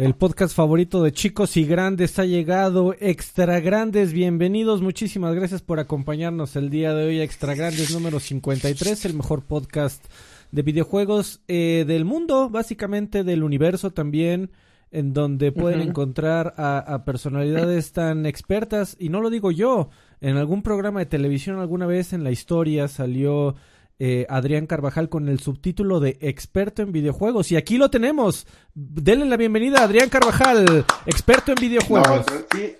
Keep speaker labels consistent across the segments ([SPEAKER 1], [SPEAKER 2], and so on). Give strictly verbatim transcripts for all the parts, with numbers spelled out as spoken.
[SPEAKER 1] El podcast favorito de chicos y grandes ha llegado. Extra Grandes, bienvenidos. Muchísimas gracias por acompañarnos el día de hoy. Extra Grandes número cincuenta y tres, el mejor podcast de videojuegos eh, del mundo, básicamente del universo también, en donde pueden uh-huh. encontrar a, a personalidades tan expertas. Y no lo digo yo, en algún programa de televisión alguna vez en la historia salió Eh, Adrián Carvajal con el subtítulo de experto en videojuegos, y aquí lo tenemos. Denle la bienvenida a Adrián Carvajal, experto en videojuegos.
[SPEAKER 2] No, sí.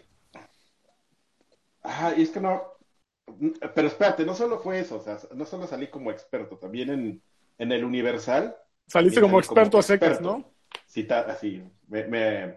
[SPEAKER 2] Ah, y es que no, pero espérate, no solo fue eso, o sea, no solo salí como experto, también en, en el Universal.
[SPEAKER 3] Saliste como experto a secas, ¿no?
[SPEAKER 2] Sí, así, me, me...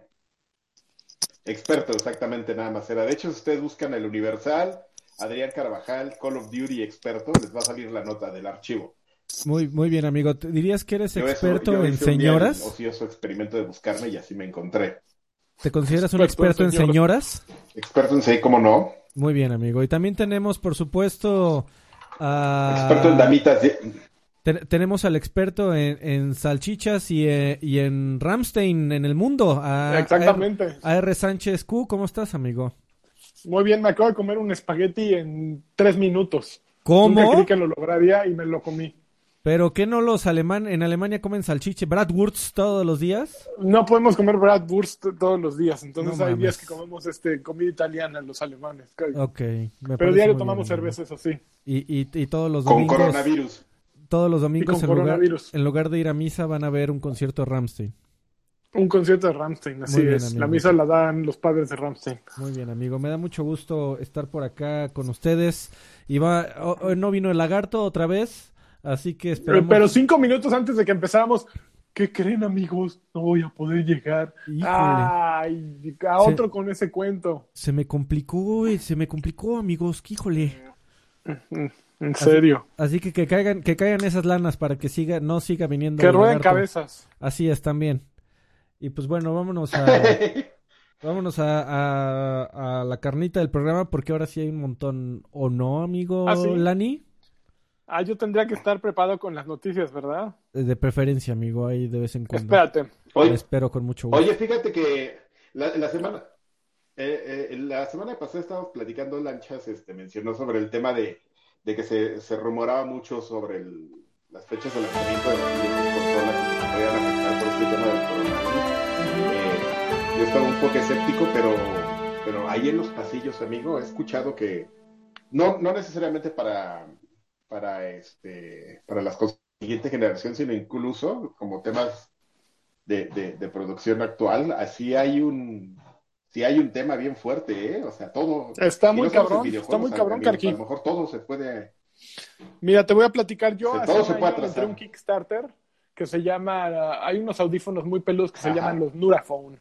[SPEAKER 2] experto exactamente, nada más era. De hecho, si ustedes buscan el Universal, Adrián Carvajal, Call of Duty experto, les va a salir la nota del archivo.
[SPEAKER 1] Muy muy bien, amigo. ¿Dirías que eres
[SPEAKER 2] yo
[SPEAKER 1] experto
[SPEAKER 2] eso, yo
[SPEAKER 1] en señoras?
[SPEAKER 2] O sí, eso experimento de buscarme y así me encontré.
[SPEAKER 1] ¿Te consideras un experto en señoras?
[SPEAKER 2] Experto en sí, ¿cómo no?
[SPEAKER 1] Muy bien, amigo. Y también tenemos, por supuesto, a...
[SPEAKER 2] experto en damitas. De...
[SPEAKER 1] Ten- tenemos al experto en, en salchichas y, eh, y en Ramstein en el mundo. A,
[SPEAKER 3] Exactamente.
[SPEAKER 1] A R Sánchez Q, ¿cómo estás, amigo?
[SPEAKER 3] Muy bien, me acabo de comer un espagueti en tres minutos.
[SPEAKER 1] ¿Cómo?
[SPEAKER 3] Nunca creí que lo lograría y me lo comí.
[SPEAKER 1] ¿Pero qué no los alemanes en Alemania comen salchicha, bratwurst todos los días?
[SPEAKER 3] No podemos comer bratwurst todos los días, entonces
[SPEAKER 1] No
[SPEAKER 3] hay
[SPEAKER 1] mames.
[SPEAKER 3] días que comemos este comida italiana los alemanes.
[SPEAKER 1] Ok. Me
[SPEAKER 3] Pero diario
[SPEAKER 1] muy
[SPEAKER 3] tomamos
[SPEAKER 1] bien,
[SPEAKER 3] cerveza, eso sí.
[SPEAKER 1] Y, y, y todos los
[SPEAKER 2] Con
[SPEAKER 1] domingos...
[SPEAKER 2] coronavirus.
[SPEAKER 1] Todos los domingos
[SPEAKER 3] con
[SPEAKER 1] en lugar,
[SPEAKER 3] coronavirus.
[SPEAKER 1] en lugar de ir a misa van a ver un concierto de Rammstein.
[SPEAKER 3] Un concierto de Rammstein, así
[SPEAKER 1] bien,
[SPEAKER 3] es.
[SPEAKER 1] amigo.
[SPEAKER 3] La misa la dan los padres de Rammstein.
[SPEAKER 1] Muy bien, amigo. Me da mucho gusto estar por acá con ustedes. Y va, oh, no vino el lagarto otra vez, así que esperamos...
[SPEAKER 3] Pero cinco minutos antes de que empezáramos, ¿qué creen, amigos? No voy a poder llegar.
[SPEAKER 1] Híjole.
[SPEAKER 3] Ay, a otro
[SPEAKER 1] se,
[SPEAKER 3] con ese cuento.
[SPEAKER 1] Se me complicó, se me complicó, amigos. Híjole.
[SPEAKER 3] En serio.
[SPEAKER 1] Así, así que que caigan, que caigan esas lanas para que siga, no siga viniendo.
[SPEAKER 3] Que
[SPEAKER 1] el
[SPEAKER 3] rueden
[SPEAKER 1] lagarto.
[SPEAKER 3] cabezas.
[SPEAKER 1] Así es también. Y pues bueno, vámonos a vámonos a, a, a la carnita del programa, porque ahora sí hay un montón, ¿o no, amigo
[SPEAKER 3] ¿Ah, sí?
[SPEAKER 1] Lani?
[SPEAKER 3] Ah, yo tendría que estar preparado con las noticias, ¿verdad?
[SPEAKER 1] De preferencia, amigo, ahí de vez en cuando.
[SPEAKER 3] Espérate.
[SPEAKER 2] Oye,
[SPEAKER 1] Te espero con mucho gusto.
[SPEAKER 2] Oye, fíjate que la, la semana eh, eh, la semana pasada estábamos platicando, Lanchas este, mencionó sobre el tema de, de que se, se rumoraba mucho sobre el, las fechas de lanzamiento de las siguientes consolas que se podían afectar por este tema del coronavirus. Eh, yo estaba un poco escéptico, pero, pero ahí en los pasillos, amigo, he escuchado que no, no necesariamente para, para, este, para la siguiente generación, sino incluso como temas de, de, de producción actual, así hay un sí hay un tema bien fuerte, ¿eh? O sea, todo...
[SPEAKER 3] Está muy no cabrón, está muy cabrón, Carqui.
[SPEAKER 2] A lo mejor todo se puede...
[SPEAKER 3] Mira, te voy a platicar yo.
[SPEAKER 2] Se,
[SPEAKER 3] hace
[SPEAKER 2] todo
[SPEAKER 3] un
[SPEAKER 2] se puede
[SPEAKER 3] año entré
[SPEAKER 2] atrasar.
[SPEAKER 3] un Kickstarter que se llama... Uh, hay unos audífonos muy peludos que se
[SPEAKER 2] Ajá.
[SPEAKER 3] llaman los Nuraphone.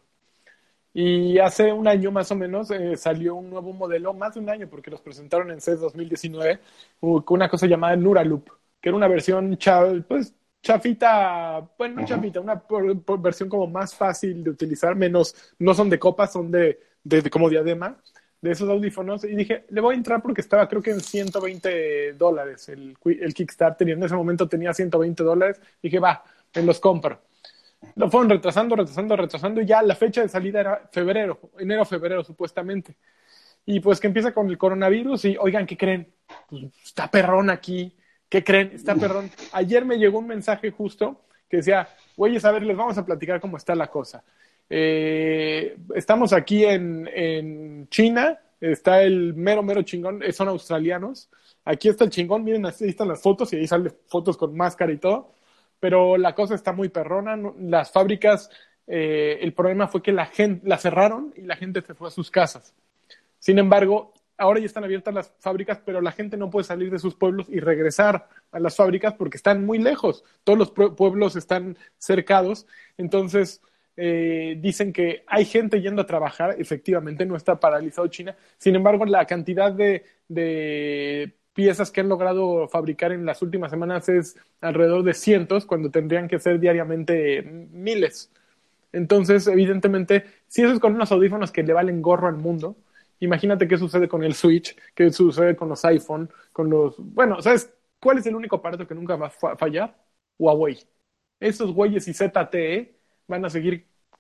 [SPEAKER 3] Y hace un año más o menos eh, salió un nuevo modelo, más de un año, porque los presentaron en C E S dos mil diecinueve, uh, con una cosa llamada Neuraloop, que era una versión chav, pues, chafita, bueno, no uh-huh. chafita, una por, por versión como más fácil de utilizar, menos, no son de copa, son de, de, de como diadema, de esos audífonos, y dije, le voy a entrar porque estaba creo que en ciento veinte dólares el, el Kickstarter, y en ese momento tenía ciento veinte dólares, dije, va, me los compro. Lo fueron retrasando, retrasando, retrasando, y ya la fecha de salida era febrero, enero, febrero, supuestamente. Y pues que empieza con el coronavirus, y oigan, ¿qué creen? Pues está perrón aquí. ¿Qué creen? Está perrón. Ayer me llegó un mensaje justo que decía, güeyes, a ver, les vamos a platicar cómo está la cosa. Eh, estamos aquí en, en China, está el mero, mero chingón, son australianos. Aquí está el chingón, miren, así están las fotos, y ahí salen fotos con máscara y todo. Pero la cosa está muy perrona. Las fábricas, eh, el problema fue que la gente la cerraron y la gente se fue a sus casas. Sin embargo, ahora ya están abiertas las fábricas, pero la gente no puede salir de sus pueblos y regresar a las fábricas porque están muy lejos. Todos los pueblos están cercados. Entonces, eh, dicen que hay gente yendo a trabajar. Efectivamente, no está paralizado China. Sin embargo, la cantidad de, de piezas que han logrado fabricar en las últimas semanas es alrededor de cientos, cuando tendrían que ser diariamente miles. Entonces, evidentemente, si eso es con unos audífonos que le valen gorro al mundo, imagínate qué sucede con el Switch, qué sucede con los iPhone, con los... Bueno, ¿sabes cuál es el único aparato que nunca va a fallar? Huawei. Esos güeyes y Z T E van a seguir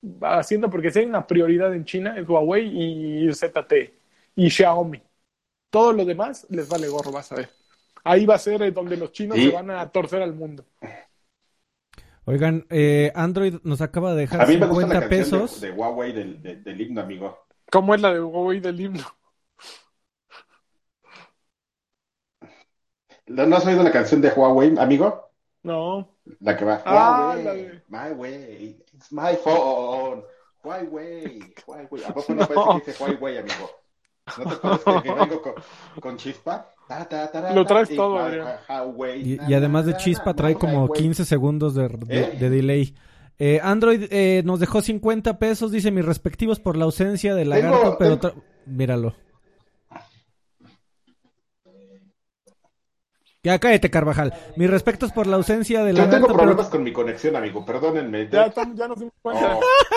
[SPEAKER 3] haciendo, porque si hay una prioridad en China, es Huawei y Z T E y Xiaomi. Todo lo demás les vale gorro, vas a ver. Ahí va a ser donde los chinos
[SPEAKER 2] sí.
[SPEAKER 3] se van a torcer al mundo.
[SPEAKER 1] Oigan, eh, Android nos acaba de dejar
[SPEAKER 2] a mí me
[SPEAKER 1] cincuenta
[SPEAKER 2] gusta la
[SPEAKER 1] pesos.
[SPEAKER 2] de, de Huawei del, de, del himno, amigo.
[SPEAKER 3] ¿Cómo es la de Huawei del himno?
[SPEAKER 2] ¿No has oído la canción de Huawei, amigo?
[SPEAKER 3] No.
[SPEAKER 2] La que va,
[SPEAKER 3] Ah,
[SPEAKER 2] Huawei,
[SPEAKER 3] la de...
[SPEAKER 2] my way, it's my phone, Huawei, Huawei. ¿A poco no,
[SPEAKER 3] No.
[SPEAKER 2] parece que dice Huawei, amigo? ¿No te parece que, que vengo con, con chispa? Ta, ta, ta, ta,
[SPEAKER 3] Lo traes
[SPEAKER 2] y
[SPEAKER 3] todo,
[SPEAKER 2] my
[SPEAKER 3] Adrián.
[SPEAKER 2] Huawei,
[SPEAKER 1] Y,
[SPEAKER 2] na,
[SPEAKER 1] y además
[SPEAKER 2] na,
[SPEAKER 1] de
[SPEAKER 2] na,
[SPEAKER 1] chispa
[SPEAKER 2] na,
[SPEAKER 1] trae
[SPEAKER 2] my
[SPEAKER 1] como
[SPEAKER 2] Huawei.
[SPEAKER 1] quince segundos de, de,
[SPEAKER 2] ¿Eh?
[SPEAKER 1] de delay. Eh, Android eh, nos dejó cincuenta pesos, dice mis respectivos por la ausencia de lagarto,
[SPEAKER 2] Tengo-
[SPEAKER 1] pero...
[SPEAKER 2] tengo-
[SPEAKER 1] tra- Míralo. Ya cállate, Carvajal. Mis respetos por la ausencia de
[SPEAKER 2] Yo
[SPEAKER 1] lagarto,
[SPEAKER 2] tengo
[SPEAKER 1] pero...
[SPEAKER 2] problemas con mi conexión, amigo, perdónenme.
[SPEAKER 3] Ya, estamos- ya nos dimos cuenta.
[SPEAKER 2] Oh,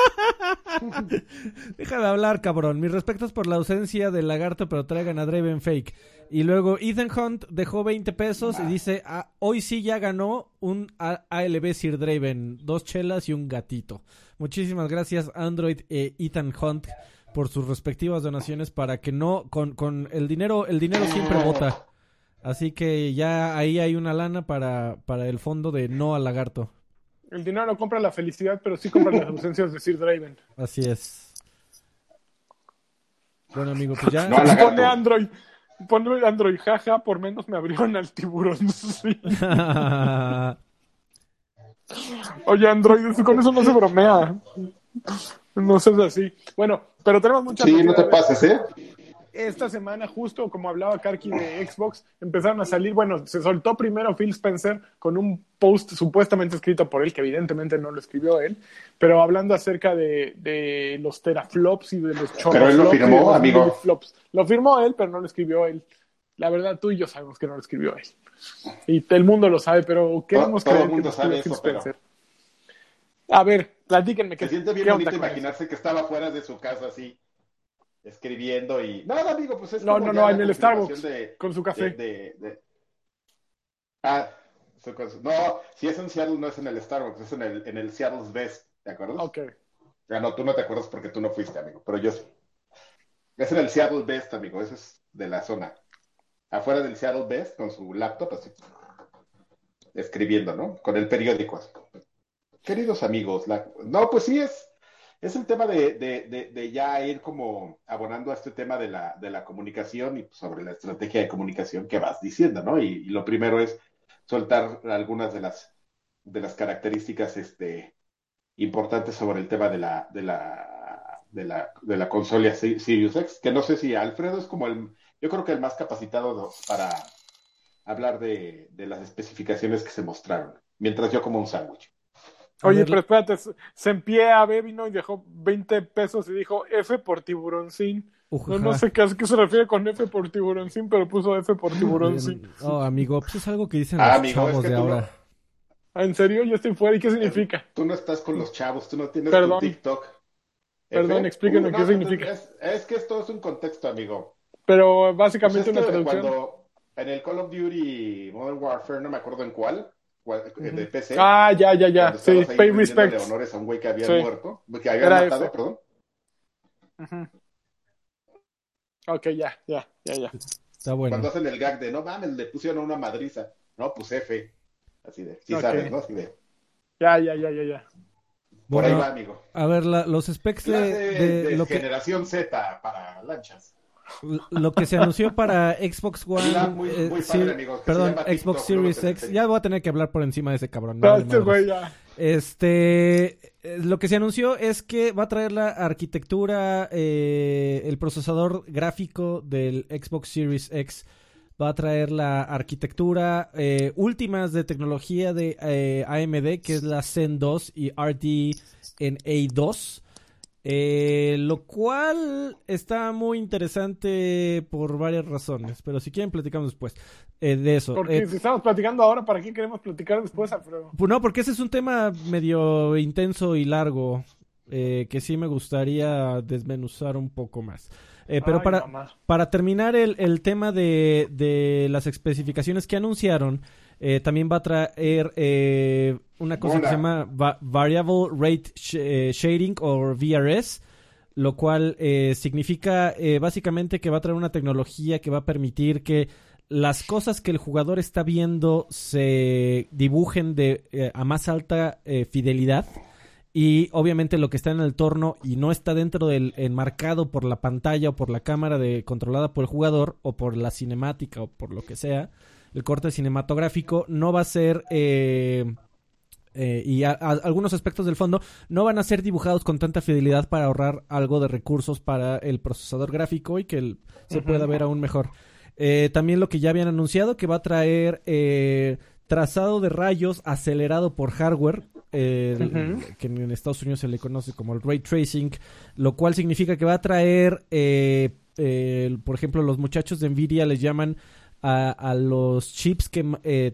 [SPEAKER 1] Deja de hablar, cabrón. Mis respetos por la ausencia del lagarto, pero traigan a Draven Fake. Y luego Ethan Hunt dejó veinte pesos y dice, ah, hoy sí ya ganó un A- ALB Sir Draven, dos chelas y un gatito. Muchísimas gracias Android e Ethan Hunt por sus respectivas donaciones para que no, con, con el dinero, el dinero siempre vota. Así que ya ahí hay una lana para, para el fondo de no al lagarto.
[SPEAKER 3] El dinero no compra la felicidad, pero sí compra las ausencias de Sir Draven.
[SPEAKER 1] Así es. Bueno, amigo, pues ya...
[SPEAKER 2] No, al lagarto.
[SPEAKER 3] Pone Android. Pone Android, jaja, por menos me abrieron al tiburón. Sí. Oye, Android, con eso no se bromea. No seas así. Bueno, pero tenemos muchas
[SPEAKER 2] sí, no te
[SPEAKER 3] novedades.
[SPEAKER 2] pases, ¿eh?
[SPEAKER 3] Esta semana, justo como hablaba Karki de Xbox, empezaron a salir, bueno, se soltó primero Phil Spencer con un post supuestamente escrito por él, que evidentemente no lo escribió él, pero hablando acerca de, de los teraflops y de los chorros.
[SPEAKER 2] Pero él lo
[SPEAKER 3] flops y
[SPEAKER 2] firmó,
[SPEAKER 3] de los
[SPEAKER 2] amigo.
[SPEAKER 3] miliflops. Lo firmó él, pero no lo escribió él. La verdad, tú y yo sabemos que no lo escribió él. Y el mundo lo sabe, pero queremos
[SPEAKER 2] Todo el
[SPEAKER 3] creer que
[SPEAKER 2] mundo
[SPEAKER 3] lo escribió
[SPEAKER 2] sabe
[SPEAKER 3] Phil
[SPEAKER 2] eso, pero-
[SPEAKER 3] Spencer. A ver, platíquenme.
[SPEAKER 2] Se
[SPEAKER 3] ¿qué,
[SPEAKER 2] siente bien
[SPEAKER 3] qué onda
[SPEAKER 2] bonito
[SPEAKER 3] con eso?
[SPEAKER 2] imaginarse que estaba fuera de su casa así, escribiendo y... Nada, amigo, pues es
[SPEAKER 3] No,
[SPEAKER 2] como
[SPEAKER 3] no,
[SPEAKER 2] ya
[SPEAKER 3] no,
[SPEAKER 2] la
[SPEAKER 3] en el
[SPEAKER 2] confirmación
[SPEAKER 3] Starbucks,
[SPEAKER 2] de-
[SPEAKER 3] con su café.
[SPEAKER 2] de- de- de- Ah, su cos- no, si es en Seattle no es en el Starbucks, es en el, en el Seattle's Best, ¿te acuerdas?
[SPEAKER 3] Ok.
[SPEAKER 2] Ya no, tú no te acuerdas porque tú no fuiste, amigo, pero yo sí. Es en el Seattle Best, amigo, ese es de la zona. Afuera del Seattle Best, con su laptop, así, escribiendo, ¿no? Con el periódico. Así. Queridos amigos, la... no, pues sí es, es el tema de, de, de, de ya ir como abonando a este tema de la, de la comunicación y sobre la estrategia de comunicación que vas diciendo, ¿no? Y, y lo primero es soltar algunas de las, de las características este, importantes sobre el tema de la, de la, de la, de la consola Sirius X, que no sé si Alfredo es como el, yo creo que el más capacitado para hablar de, de las especificaciones que se mostraron, mientras yo como un sándwich.
[SPEAKER 1] A
[SPEAKER 3] Oye,
[SPEAKER 1] ver,
[SPEAKER 3] pero espérate, Sempié vino y dejó veinte pesos y dijo F por tiburoncín. No, no sé qué, a qué se refiere con F por tiburoncín, pero puso F por tiburoncín.
[SPEAKER 1] Oh, amigo, pues es algo que dicen
[SPEAKER 2] Ah,
[SPEAKER 1] los
[SPEAKER 2] amigo,
[SPEAKER 1] chavos
[SPEAKER 2] es que
[SPEAKER 1] de
[SPEAKER 2] tú
[SPEAKER 1] ahora.
[SPEAKER 2] no-
[SPEAKER 3] Ah, ¿en serio? Yo estoy fuera. ¿Y qué significa?
[SPEAKER 2] Tú no estás con los chavos, tú no tienes
[SPEAKER 3] Perdón.
[SPEAKER 2] tu TikTok.
[SPEAKER 3] Perdón,
[SPEAKER 2] F.
[SPEAKER 3] explíquenme
[SPEAKER 2] Uh,
[SPEAKER 3] qué
[SPEAKER 2] no,
[SPEAKER 3] significa.
[SPEAKER 2] Es, es que esto es un contexto, amigo.
[SPEAKER 3] Pero
[SPEAKER 2] Pues
[SPEAKER 3] básicamente
[SPEAKER 2] es
[SPEAKER 3] una
[SPEAKER 2] que
[SPEAKER 3] traducción.
[SPEAKER 2] cuando en el Call of Duty Modern Warfare, no me acuerdo en cuál, cuál- de P C,
[SPEAKER 3] Ah, ya, ya, ya.
[SPEAKER 2] cuando
[SPEAKER 3] Sí,
[SPEAKER 2] estabas ahí
[SPEAKER 3] pay
[SPEAKER 2] rindiéndole
[SPEAKER 3] respects.
[SPEAKER 2] honores a un güey que había
[SPEAKER 3] Sí.
[SPEAKER 2] muerto, que había
[SPEAKER 3] Era
[SPEAKER 2] matado,
[SPEAKER 3] F.
[SPEAKER 2] perdón.
[SPEAKER 3] Ujú. Ok, ya, ya, ya, ya.
[SPEAKER 1] Está bueno.
[SPEAKER 2] Cuando hacen el gag de, no mames, le pusieron una madriza. No, pues F. Así de, sí
[SPEAKER 3] Ok.
[SPEAKER 2] sabes, ¿no? Así de,
[SPEAKER 3] Ya, ya, ya, ya, ya.
[SPEAKER 2] por
[SPEAKER 1] Bueno,
[SPEAKER 2] ahí va, amigo.
[SPEAKER 1] a ver, la- los specs de,
[SPEAKER 2] Clase
[SPEAKER 1] de
[SPEAKER 2] de,
[SPEAKER 1] lo, que,
[SPEAKER 2] generación Z para lanchas.
[SPEAKER 1] lo que se anunció para Xbox One,
[SPEAKER 2] Mira, muy-
[SPEAKER 1] eh,
[SPEAKER 2] muy
[SPEAKER 1] sí,
[SPEAKER 2] padre, amigo, que se
[SPEAKER 1] perdón,
[SPEAKER 2] llama
[SPEAKER 1] Xbox
[SPEAKER 2] TikTok, luego
[SPEAKER 1] Series
[SPEAKER 2] te lo
[SPEAKER 1] X,
[SPEAKER 2] enseño.
[SPEAKER 1] ya voy a tener que hablar por encima de ese cabrón.
[SPEAKER 3] No,
[SPEAKER 1] vale
[SPEAKER 3] este
[SPEAKER 1] madres.
[SPEAKER 3] güey ya.
[SPEAKER 1] Este, eh, lo que se anunció es que va a traer la arquitectura, eh, el procesador gráfico del Xbox Series X, va a traer la arquitectura eh, últimas de tecnología de eh, A M D, que es la Zen dos y R D N A dos. Eh, lo cual está muy interesante por varias razones, pero si quieren platicamos después eh, de eso.
[SPEAKER 3] Porque
[SPEAKER 1] Eh,
[SPEAKER 3] si estamos platicando ahora, ¿para qué queremos platicar después, Alfredo?
[SPEAKER 1] Pues no, porque ese es un tema medio intenso y largo, eh, que sí me gustaría desmenuzar un poco más. Eh, pero
[SPEAKER 3] Ay,
[SPEAKER 1] para,
[SPEAKER 3] mamá.
[SPEAKER 1] para terminar el, el tema de, de las especificaciones que anunciaron, Eh, también va a traer eh, una cosa Hola. que se llama va- Variable Rate sh- eh, Shading o V R S, lo cual eh, significa eh, básicamente que va a traer una tecnología que va a permitir que las cosas que el jugador está viendo se dibujen de eh, a más alta eh, fidelidad. Y obviamente lo que está en el entorno y no está dentro del enmarcado por la pantalla o por la cámara de, controlada por el jugador o por la cinemática o por lo que sea, el corte cinematográfico no va a ser... Eh, eh, y a, a, algunos aspectos del fondo no van a ser dibujados con tanta fidelidad para ahorrar algo de recursos para el procesador gráfico y que el, se uh-huh. pueda ver aún mejor. Eh, también lo que ya habían anunciado, que va a traer eh, trazado de rayos acelerado por hardware, eh, uh-huh. que en Estados Unidos se le conoce como el Ray Tracing, lo cual significa que va a traer, eh, eh, por ejemplo, los muchachos de Nvidia les llaman a, a los chips que eh,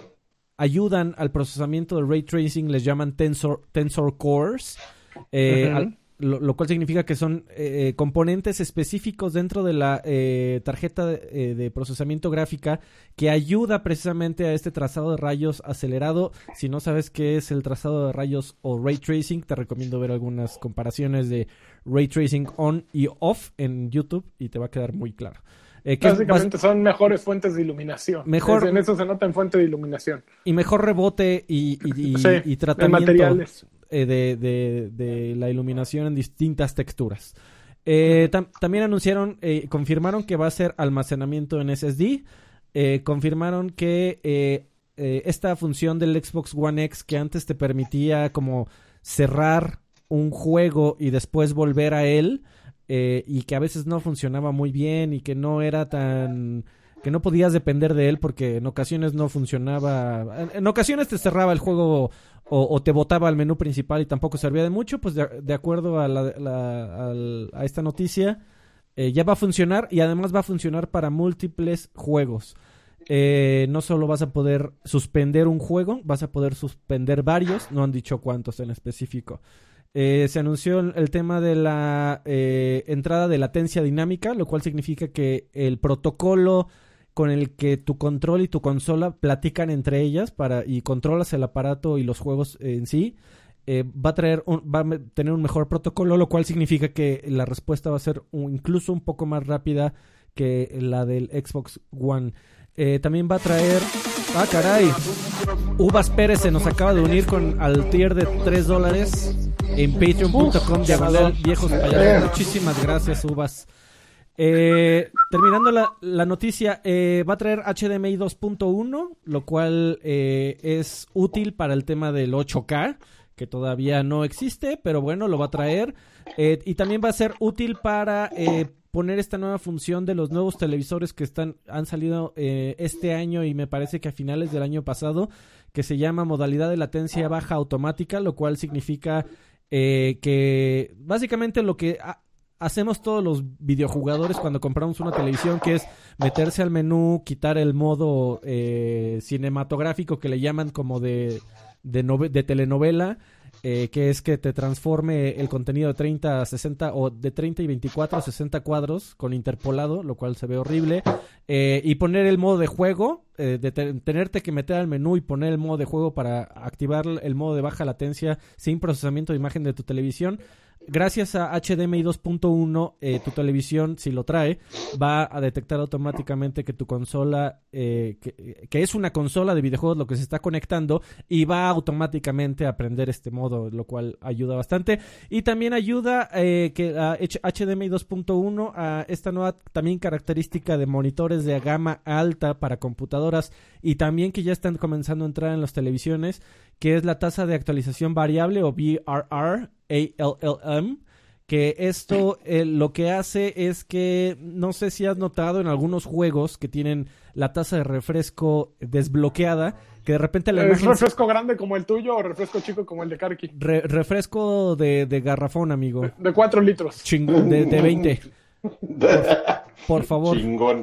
[SPEAKER 1] ayudan al procesamiento del Ray Tracing, les llaman Tensor, tensor Cores, eh, uh-huh. al, Lo, lo cual significa que son eh, componentes específicos dentro de la eh, tarjeta de, eh, de procesamiento gráfica que ayuda precisamente a este trazado de rayos acelerado. Si no sabes qué es el trazado de rayos o Ray Tracing, te recomiendo ver algunas comparaciones de Ray Tracing on y off en YouTube y te va a quedar muy claro.
[SPEAKER 3] Eh, que Básicamente es, son mejores fuentes de iluminación.
[SPEAKER 1] Mejor,
[SPEAKER 3] es, en eso se nota en fuente de iluminación.
[SPEAKER 1] Y mejor rebote y, y, y,
[SPEAKER 3] sí,
[SPEAKER 1] y tratamiento
[SPEAKER 3] de materiales.
[SPEAKER 1] Eh, de, de, de la iluminación en distintas texturas. Eh, tam, también anunciaron, eh, confirmaron que va a ser almacenamiento en S S D. Eh, confirmaron que eh, eh, esta función del Xbox One X que antes te permitía como cerrar un juego y después volver a él, eh, y que a veces no funcionaba muy bien y que no era tan... que no podías depender de él porque en ocasiones no funcionaba, en, en ocasiones te cerraba el juego o, o te botaba al menú principal y tampoco servía de mucho, pues de, de acuerdo a, la, la, al, a esta noticia, eh, ya va a funcionar y además va a funcionar para múltiples juegos. Eh, no solo vas a poder suspender un juego, vas a poder suspender varios, no han dicho cuántos en específico. Eh, se anunció el tema de la eh, entrada de latencia dinámica, lo cual significa que el protocolo con el que tu control y tu consola platican entre ellas para y controlas el aparato y los juegos en sí, eh, va a traer un, va a tener un mejor protocolo, lo cual significa que la respuesta va a ser un, incluso un poco más rápida que la del Xbox One. Eh, también va a traer... ¡Ah, caray! Uvas Pérez se nos acaba de unir con al tier de tres dólares en patreon punto com diagonal viejos payasos. Muchísimas gracias, Uvas. Eh, terminando la, la noticia, eh, va a traer H D M I dos punto uno, lo cual eh, es útil para el tema del ocho K, que todavía no existe, pero bueno, lo va a traer. Eh, y también va a ser útil para eh, poner esta nueva función de los nuevos televisores que están han salido eh, este año y me parece que a finales del año pasado, que se llama modalidad de latencia baja automática, lo cual significa eh, que básicamente lo que... Ha, hacemos todos los videojugadores cuando compramos una televisión, que es meterse al menú, quitar el modo eh, cinematográfico que le llaman como de, de, nove- de telenovela, eh, que es que te transforme el contenido de treinta a sesenta o de treinta y veinticuatro a sesenta cuadros con interpolado, lo cual se ve horrible, eh, y poner el modo de juego, eh, de te- tenerte que meter al menú y poner el modo de juego para activar el modo de baja latencia sin procesamiento de imagen de tu televisión. Gracias a H D M I dos punto uno, eh, tu televisión, si lo trae, va a detectar automáticamente que tu consola, eh, que, que es una consola de videojuegos lo que se está conectando, y va automáticamente a aprender este modo, lo cual ayuda bastante. Y también ayuda eh, que a H D M I dos punto uno a esta nueva también característica de monitores de gama alta para computadoras y también que ya están comenzando a entrar en las televisiones, que es la tasa de actualización variable o V R R, A L L M, que esto eh, lo que hace es que, no sé si has notado en algunos juegos que tienen la tasa de refresco desbloqueada, que de repente la
[SPEAKER 3] ¿Es
[SPEAKER 1] imagen...
[SPEAKER 3] refresco grande como el tuyo o refresco chico como el de Karki?
[SPEAKER 1] Re- refresco de, de garrafón, amigo.
[SPEAKER 3] De, de cuatro litros.
[SPEAKER 1] Chingón, de, de veinte. Por, por favor.
[SPEAKER 2] Chingón.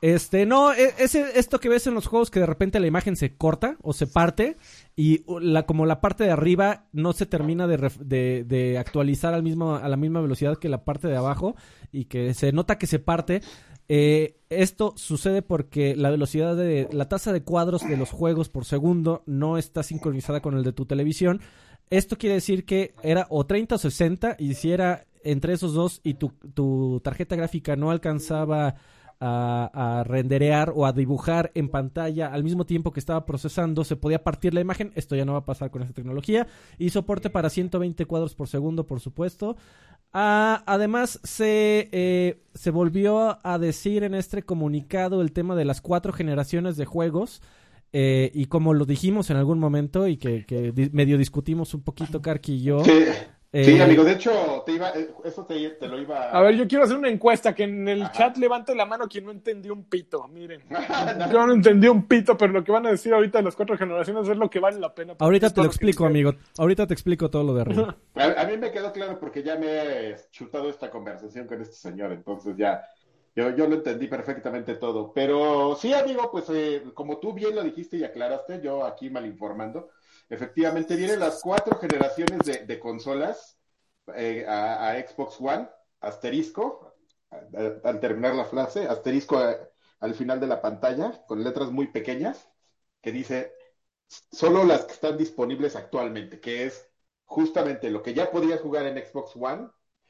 [SPEAKER 1] Este, no, es esto que ves en los juegos que de repente la imagen se corta o se parte y la como la parte de arriba no se termina de, ref, de, de actualizar al mismo, a la misma velocidad que la parte de abajo y que se nota que se parte. Eh, esto sucede porque la velocidad de la tasa de cuadros de los juegos por segundo no está sincronizada con el de tu televisión. Esto quiere decir que era o treinta o sesenta y si era entre esos dos y tu, tu tarjeta gráfica no alcanzaba A, a renderear o a dibujar en pantalla al mismo tiempo que estaba procesando, se podía partir la imagen. Esto ya no va a pasar con esta tecnología. Y soporte para ciento veinte cuadros por segundo, por supuesto. Ah, además, se, eh, se volvió a decir en este comunicado el tema de las cuatro generaciones de juegos. Eh, y como lo dijimos en algún momento y que, que di- medio discutimos un poquito, Karki y yo.
[SPEAKER 2] Sí,
[SPEAKER 1] eh,
[SPEAKER 2] sí, amigo, de hecho, te iba, eh, eso te, te lo iba
[SPEAKER 3] A ver, yo quiero hacer una encuesta, que en el
[SPEAKER 2] Ajá.
[SPEAKER 3] chat levante la mano quien no entendió un pito, miren. Yo no entendí un pito, pero lo que van a decir ahorita de las cuatro generaciones es lo que vale la pena.
[SPEAKER 1] Ahorita
[SPEAKER 3] Es
[SPEAKER 1] te
[SPEAKER 3] todo
[SPEAKER 1] lo
[SPEAKER 3] que
[SPEAKER 1] explico,
[SPEAKER 3] dijeron.
[SPEAKER 1] amigo. Ahorita te explico todo lo de arriba.
[SPEAKER 2] A, a mí me quedó claro porque ya me he chutado esta conversación con este señor, entonces ya yo, yo lo entendí perfectamente todo. Pero sí, amigo, pues eh, como tú bien lo dijiste y aclaraste, yo aquí mal informando, efectivamente vienen las cuatro generaciones de, de consolas eh, a, a Xbox One, asterisco, a- a- al terminar la frase, asterisco a- al final de la pantalla, con letras muy pequeñas, que dice solo las que están disponibles actualmente, que es justamente lo que ya podías jugar en Xbox One,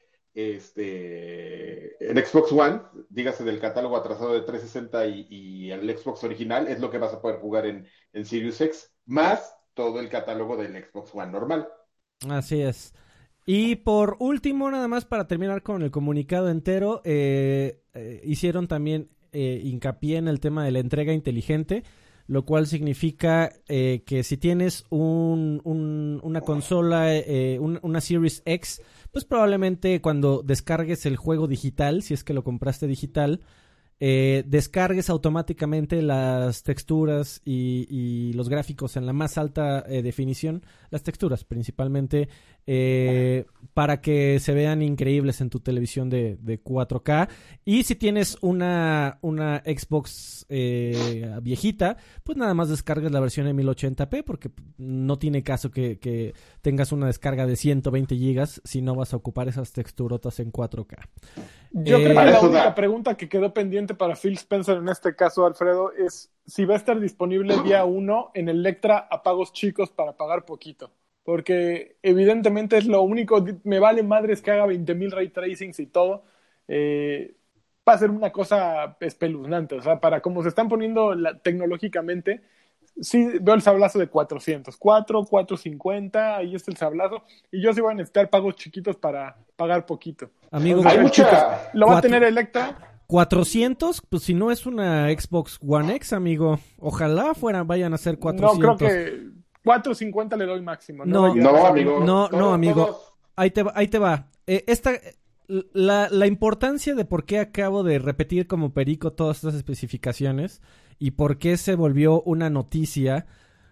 [SPEAKER 2] este, en Xbox One, dígase del catálogo atrasado de trescientos sesenta y, y el Xbox original, es lo que vas a poder jugar en, en Series X, más todo el catálogo del Xbox One normal.
[SPEAKER 1] Así es. Y por último, nada más para terminar con el comunicado entero, eh, eh, hicieron también eh, hincapié en el tema de la entrega inteligente, lo cual significa eh, que si tienes un, un, una consola, eh, un, una Series X, pues probablemente cuando descargues el juego digital, si es que lo compraste digital, eh, descargues automáticamente las texturas y, y los gráficos en la más alta eh, definición, las texturas principalmente, eh, para que se vean increíbles en tu televisión de, de cuatro K. Y si tienes una, una Xbox eh, viejita, pues nada más descargues la versión en mil ochenta p, porque no tiene caso que, que tengas una descarga de ciento veinte gigas si no vas a ocupar esas texturotas en cuatro K.
[SPEAKER 3] Yo
[SPEAKER 1] Eh,
[SPEAKER 3] creo que
[SPEAKER 2] Para
[SPEAKER 3] la
[SPEAKER 2] eso
[SPEAKER 3] única
[SPEAKER 2] da.
[SPEAKER 3] pregunta que quedó pendiente para Phil Spencer en este caso, Alfredo, es si va a estar disponible día uno en Electra a pagos chicos para pagar poquito. Porque evidentemente es lo único, me vale madres que haga veinte mil ray tracings y todo. Eh, va a ser una cosa espeluznante. O sea, para cómo se están poniendo la- tecnológicamente, sí veo el sablazo de cuatrocientos, cuatro, cuatrocientos cincuenta, ahí está el sablazo. Y yo sí voy a necesitar pagos chiquitos para pagar poquito.
[SPEAKER 1] Amigo,
[SPEAKER 3] Entonces,
[SPEAKER 2] Hay mucha-
[SPEAKER 3] chicos, lo va a
[SPEAKER 1] cuatro-
[SPEAKER 3] tener Electra.
[SPEAKER 1] cuatrocientos, pues si no es una Xbox One X, amigo. Ojalá fueran, vayan a ser
[SPEAKER 3] No,
[SPEAKER 1] cuatrocientos.
[SPEAKER 3] creo que cuatrocientos cincuenta le doy máximo.
[SPEAKER 1] No,
[SPEAKER 3] va a llegar
[SPEAKER 2] No,
[SPEAKER 3] a-
[SPEAKER 2] amigo.
[SPEAKER 1] No,
[SPEAKER 2] todos-
[SPEAKER 1] no, amigo.
[SPEAKER 2] todos-
[SPEAKER 1] Ahí te va. Ahí te va. Eh, esta, la, la importancia de por qué acabo de repetir como perico todas estas especificaciones y por qué se volvió una noticia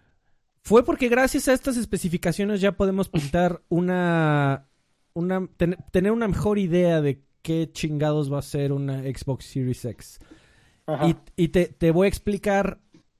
[SPEAKER 1] fue porque gracias a estas especificaciones ya podemos pintar una, una ten- tener una mejor idea de qué chingados va a ser una Xbox Series X.
[SPEAKER 3] Ajá.
[SPEAKER 1] Y, y te, te voy a explicar.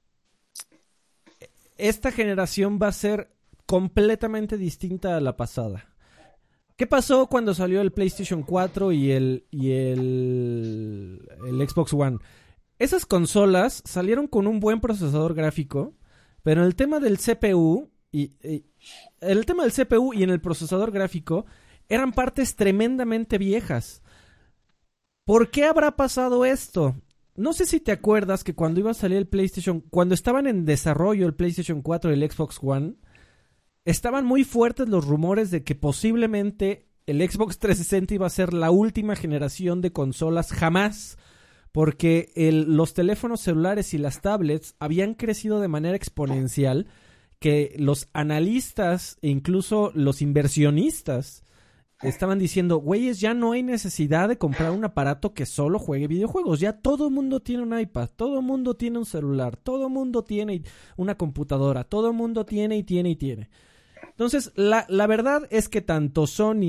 [SPEAKER 1] Esta generación va a ser completamente distinta a la pasada. ¿Qué pasó cuando salió el PlayStation cuatro y el, y el, el Xbox One? Esas consolas salieron con un buen procesador gráfico, pero en el tema del C P U y, y el tema del C P U y en el procesador gráfico eran partes tremendamente viejas. ¿Por qué habrá pasado esto? No sé si te acuerdas que cuando iba a salir el PlayStation, cuando estaban en desarrollo el PlayStation cuatro y el Xbox One, estaban muy fuertes los rumores de que posiblemente el Xbox trescientos sesenta iba a ser la última generación de consolas jamás, porque el, los teléfonos celulares y las tablets habían crecido de manera exponencial, que los analistas e incluso los inversionistas estaban diciendo, güeyes, ya no hay necesidad de comprar un aparato que solo juegue videojuegos. Ya todo el mundo tiene un iPad, todo el mundo tiene un celular, todo el mundo tiene una computadora, todo el mundo tiene y tiene y tiene. Entonces, la, la verdad es que tanto Sony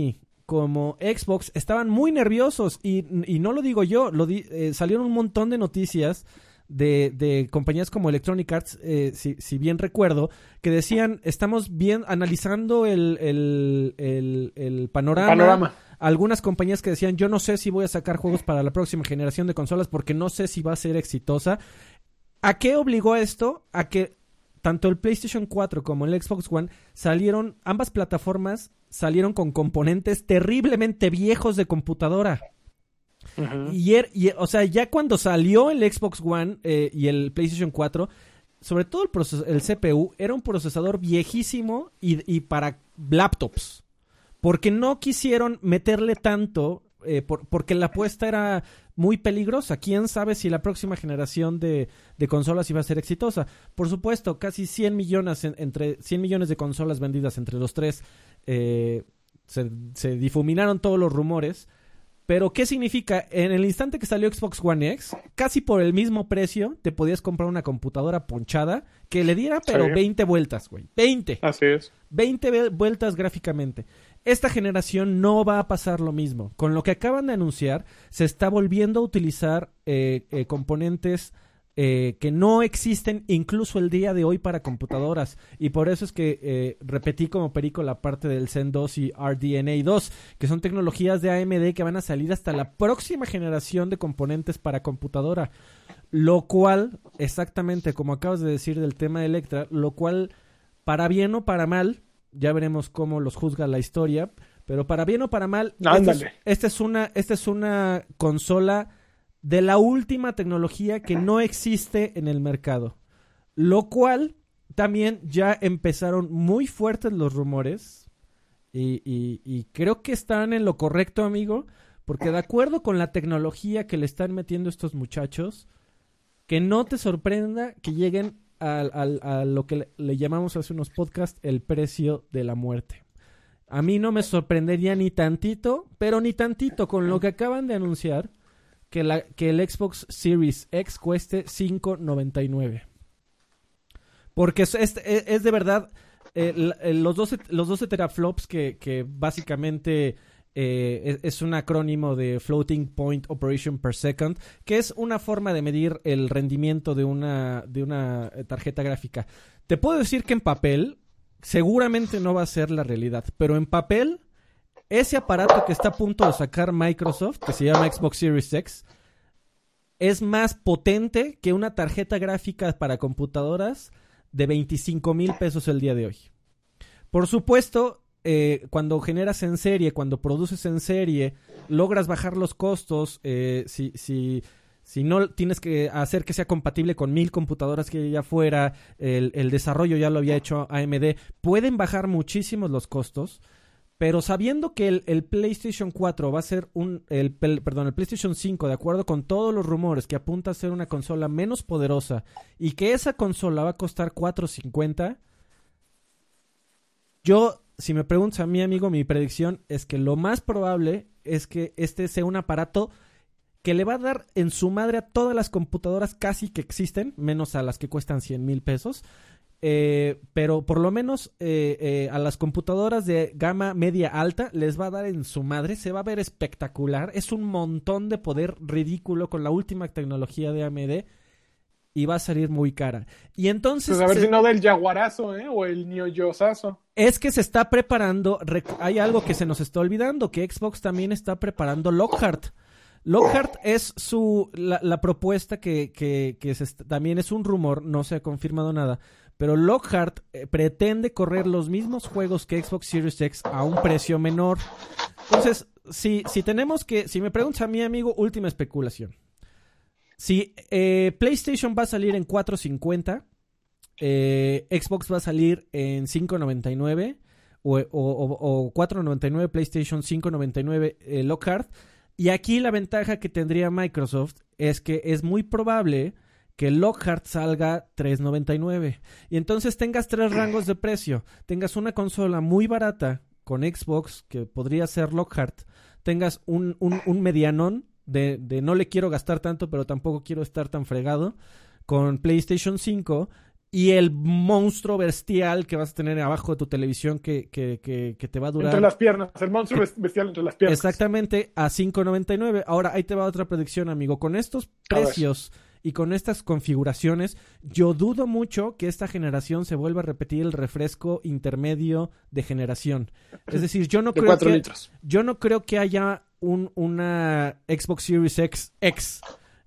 [SPEAKER 1] como Xbox estaban muy nerviosos y, y no lo digo yo, lo di, eh, salieron un montón de noticias de, de compañías como Electronic Arts, eh, si, si bien recuerdo, que decían, estamos bien analizando el, el, el, el panorama.
[SPEAKER 3] panorama.
[SPEAKER 1] Algunas compañías que decían, yo no sé si voy a sacar juegos para la próxima generación de consolas porque no sé si va a ser exitosa. ¿A qué obligó esto? A que tanto el PlayStation cuatro como el Xbox One salieron, ambas plataformas salieron con componentes terriblemente viejos de computadora. Uh-huh. Y, er, y, o sea, ya cuando salió el Xbox One eh, y el PlayStation cuatro, sobre todo el, proces- el C P U, era un procesador viejísimo y, y para laptops. Porque no quisieron meterle tanto, eh, por, porque la apuesta era muy peligrosa. ¿Quién sabe si la próxima generación de, de consolas iba a ser exitosa? Por supuesto, casi cien millones, en, entre cien millones de consolas vendidas entre los tres. Eh, se, se difuminaron todos los rumores. Pero, ¿qué significa? En el instante que salió Xbox One X, casi por el mismo precio, te podías comprar una computadora ponchada que le diera, pero sí, veinte vueltas, güey. veinte.
[SPEAKER 3] Así es.
[SPEAKER 1] veinte ve- vueltas gráficamente. Esta generación no va a pasar lo mismo. Con lo que acaban de anunciar, se está volviendo a utilizar eh, eh, componentes eh, que no existen incluso el día de hoy para computadoras. Y por eso es que eh, repetí como perico la parte del Zen dos y R D N A dos, que son tecnologías de A M D que van a salir hasta la próxima generación de componentes para computadora. Lo cual, exactamente como acabas de decir del tema de Electra, lo cual, para bien o para mal, ya veremos cómo los juzga la historia, pero para bien o para mal, esta es, esta es una esta es una consola de la última tecnología que no existe en el mercado, lo cual también ya empezaron muy fuertes los rumores y, y, y creo que están en lo correcto, amigo, porque de acuerdo con la tecnología que le están metiendo estos muchachos, que no te sorprenda que lleguen A, a, a lo que le, le llamamos hace unos podcasts el precio de la muerte. A mí no me sorprendería ni tantito, pero ni tantito con lo que acaban de anunciar, que, la, que el Xbox Series X cueste cinco noventa y nueve. Porque es, es, es de verdad eh, los doce, los doce teraflops que, que básicamente Eh, es, es un acrónimo de Floating Point Operation Per Second, que es una forma de medir el rendimiento de una, de una tarjeta gráfica. Te puedo decir que en papel seguramente no va a ser la realidad, pero en papel ese aparato que está a punto de sacar Microsoft, que se llama Xbox Series X, es más potente que una tarjeta gráfica para computadoras de veinticinco mil pesos el día de hoy. Por supuesto, Eh, cuando generas en serie, cuando produces en serie, logras bajar los costos. Eh, si, si, si no tienes que hacer que sea compatible con mil computadoras que hay allá afuera, el, el desarrollo ya lo había hecho A M D, pueden bajar muchísimos los costos. Pero sabiendo que el, el PlayStation cuatro va a ser un, el, el, perdón, el PlayStation cinco, de acuerdo con todos los rumores, que apunta a ser una consola menos poderosa y que esa consola va a costar cuatro cincuenta, yo, si me preguntas a mí, amigo, mi predicción es que lo más probable es que este sea un aparato que le va a dar en su madre a todas las computadoras casi que existen, menos a las que cuestan cien mil pesos. Eh, pero por lo menos eh, eh, a las computadoras de gama media alta les va a dar en su madre, se va a ver espectacular, es un montón de poder ridículo con la última tecnología de A M D y va a salir muy cara. Y entonces...
[SPEAKER 3] Pues a ver
[SPEAKER 1] se...
[SPEAKER 3] si no del Jaguarazo, ¿eh? O el Nioyosazo.
[SPEAKER 1] Es que se está preparando, rec- hay algo que se nos está olvidando, que Xbox también está preparando Lockhart. Lockhart es su la, la propuesta que, que, que se est- también es un rumor, no se ha confirmado nada, pero Lockhart eh, pretende correr los mismos juegos que Xbox Series X a un precio menor. Entonces, si, si tenemos que, si me preguntas a mi amigo, última especulación. Si eh, PlayStation va a salir en cuatro cincuenta, eh, Xbox va a salir en cinco noventa y nueve o, o, o, o cuatro noventa y nueve PlayStation, cinco noventa y nueve eh, Lockhart. Y aquí la ventaja que tendría Microsoft es que es muy probable que Lockhart salga tres noventa y nueve. Y entonces tengas tres rangos de precio. Tengas una consola muy barata con Xbox, que podría ser Lockhart. Tengas un, un, un medianón de, de no le quiero gastar tanto, pero tampoco quiero estar tan fregado, con PlayStation cinco. y el monstruo bestial que vas a tener abajo de tu televisión que, que, que, que te va a durar...
[SPEAKER 3] Entre las piernas, el monstruo
[SPEAKER 1] que,
[SPEAKER 3] bestial entre las piernas.
[SPEAKER 1] Exactamente, a cinco noventa y nueve. Ahora, ahí te va otra predicción, amigo. Con estos precios y con estas configuraciones, yo dudo mucho que esta generación se vuelva a repetir el refresco intermedio de generación. Es decir, yo no,
[SPEAKER 3] de
[SPEAKER 1] creo, que,
[SPEAKER 3] litros.
[SPEAKER 1] yo no creo que haya un, una Xbox Series X X.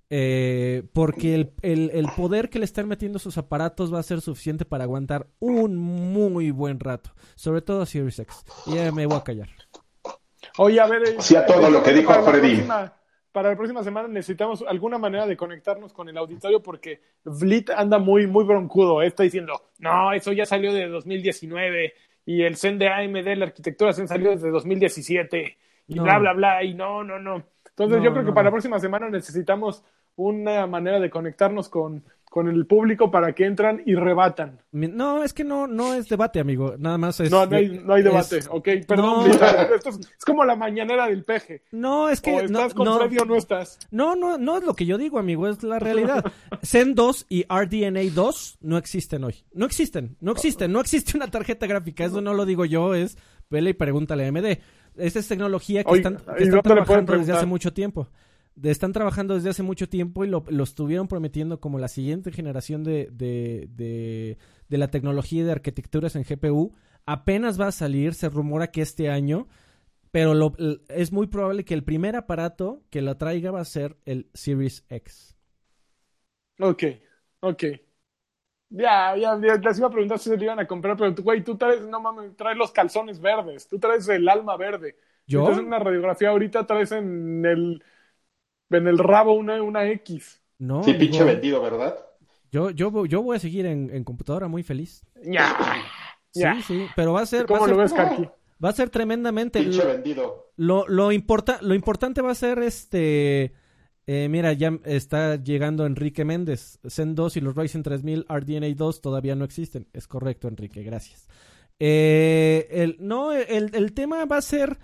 [SPEAKER 1] Eh, porque el, el, el poder que le están metiendo sus aparatos va a ser suficiente para aguantar un muy buen rato. Sobre todo a Series X. Y ya me voy a callar.
[SPEAKER 3] Oye, a ver... Eh,
[SPEAKER 2] sí, a todo lo que dijo Freddy.
[SPEAKER 3] Para la próxima semana necesitamos alguna manera de conectarnos con el auditorio porque Vlit anda muy, muy broncudo. ¿eh? Está diciendo, no, eso ya salió de dos mil diecinueve y el Zen de A M D, la arquitectura Zen salió desde dos mil diecisiete y no. bla, bla, bla. Y no, no, no. Entonces no, yo creo no, que para no. la próxima semana necesitamos una manera de conectarnos con, con el público para que entran y rebatan.
[SPEAKER 1] No, es que no, no es debate, amigo. Nada más es...
[SPEAKER 3] No, no hay, no hay debate. Es, ok, perdón.
[SPEAKER 1] No.
[SPEAKER 3] Esto es, es como la mañanera del peje.
[SPEAKER 1] No, es que...
[SPEAKER 3] O estás
[SPEAKER 1] no,
[SPEAKER 3] con
[SPEAKER 1] no,
[SPEAKER 3] Freddy o no estás.
[SPEAKER 1] No, no, no es lo que yo digo, amigo. Es la realidad. Zen dos y R D N A dos no existen hoy. No existen. No existen. No existe una tarjeta gráfica. Eso no lo digo yo. Es... Vele y pregúntale a A M D. Esta es tecnología que
[SPEAKER 3] Oye,
[SPEAKER 1] están, que están trabajando desde hace mucho tiempo. De, están trabajando desde hace mucho tiempo y lo, lo estuvieron prometiendo como la siguiente generación de, de, de, de la tecnología y de arquitecturas en G P U. Apenas va a salir, se rumora que este año, pero lo, es muy probable que el primer aparato que la traiga va a ser el Series X.
[SPEAKER 3] Ok, ok. Ya, ya, ya, les iba a preguntar si se le iban a comprar, pero tú, güey, tú traes, no mames, traes los calzones verdes, tú traes el alma verde.
[SPEAKER 1] ¿Yo?
[SPEAKER 3] Estás en una radiografía ahorita, traes en el... En el rabo una, una X.
[SPEAKER 1] No,
[SPEAKER 2] sí,
[SPEAKER 1] amigo.
[SPEAKER 2] pinche vendido, ¿verdad?
[SPEAKER 1] Yo, yo, yo voy a seguir en, en computadora muy feliz.
[SPEAKER 3] Ya.
[SPEAKER 1] Sí,
[SPEAKER 3] ya.
[SPEAKER 1] sí, pero va a ser...
[SPEAKER 3] ¿Cómo
[SPEAKER 1] va a ser,
[SPEAKER 3] lo ves, Karki?
[SPEAKER 1] Va a ser tremendamente...
[SPEAKER 2] Pinche vendido.
[SPEAKER 1] Lo, lo, importa, lo importante va a ser este... Eh, mira, ya está llegando Enrique Méndez. Zen dos y los Ryzen tres mil R D N A dos todavía no existen. Es correcto, Enrique, gracias. Eh, el, no, el, el tema va a ser...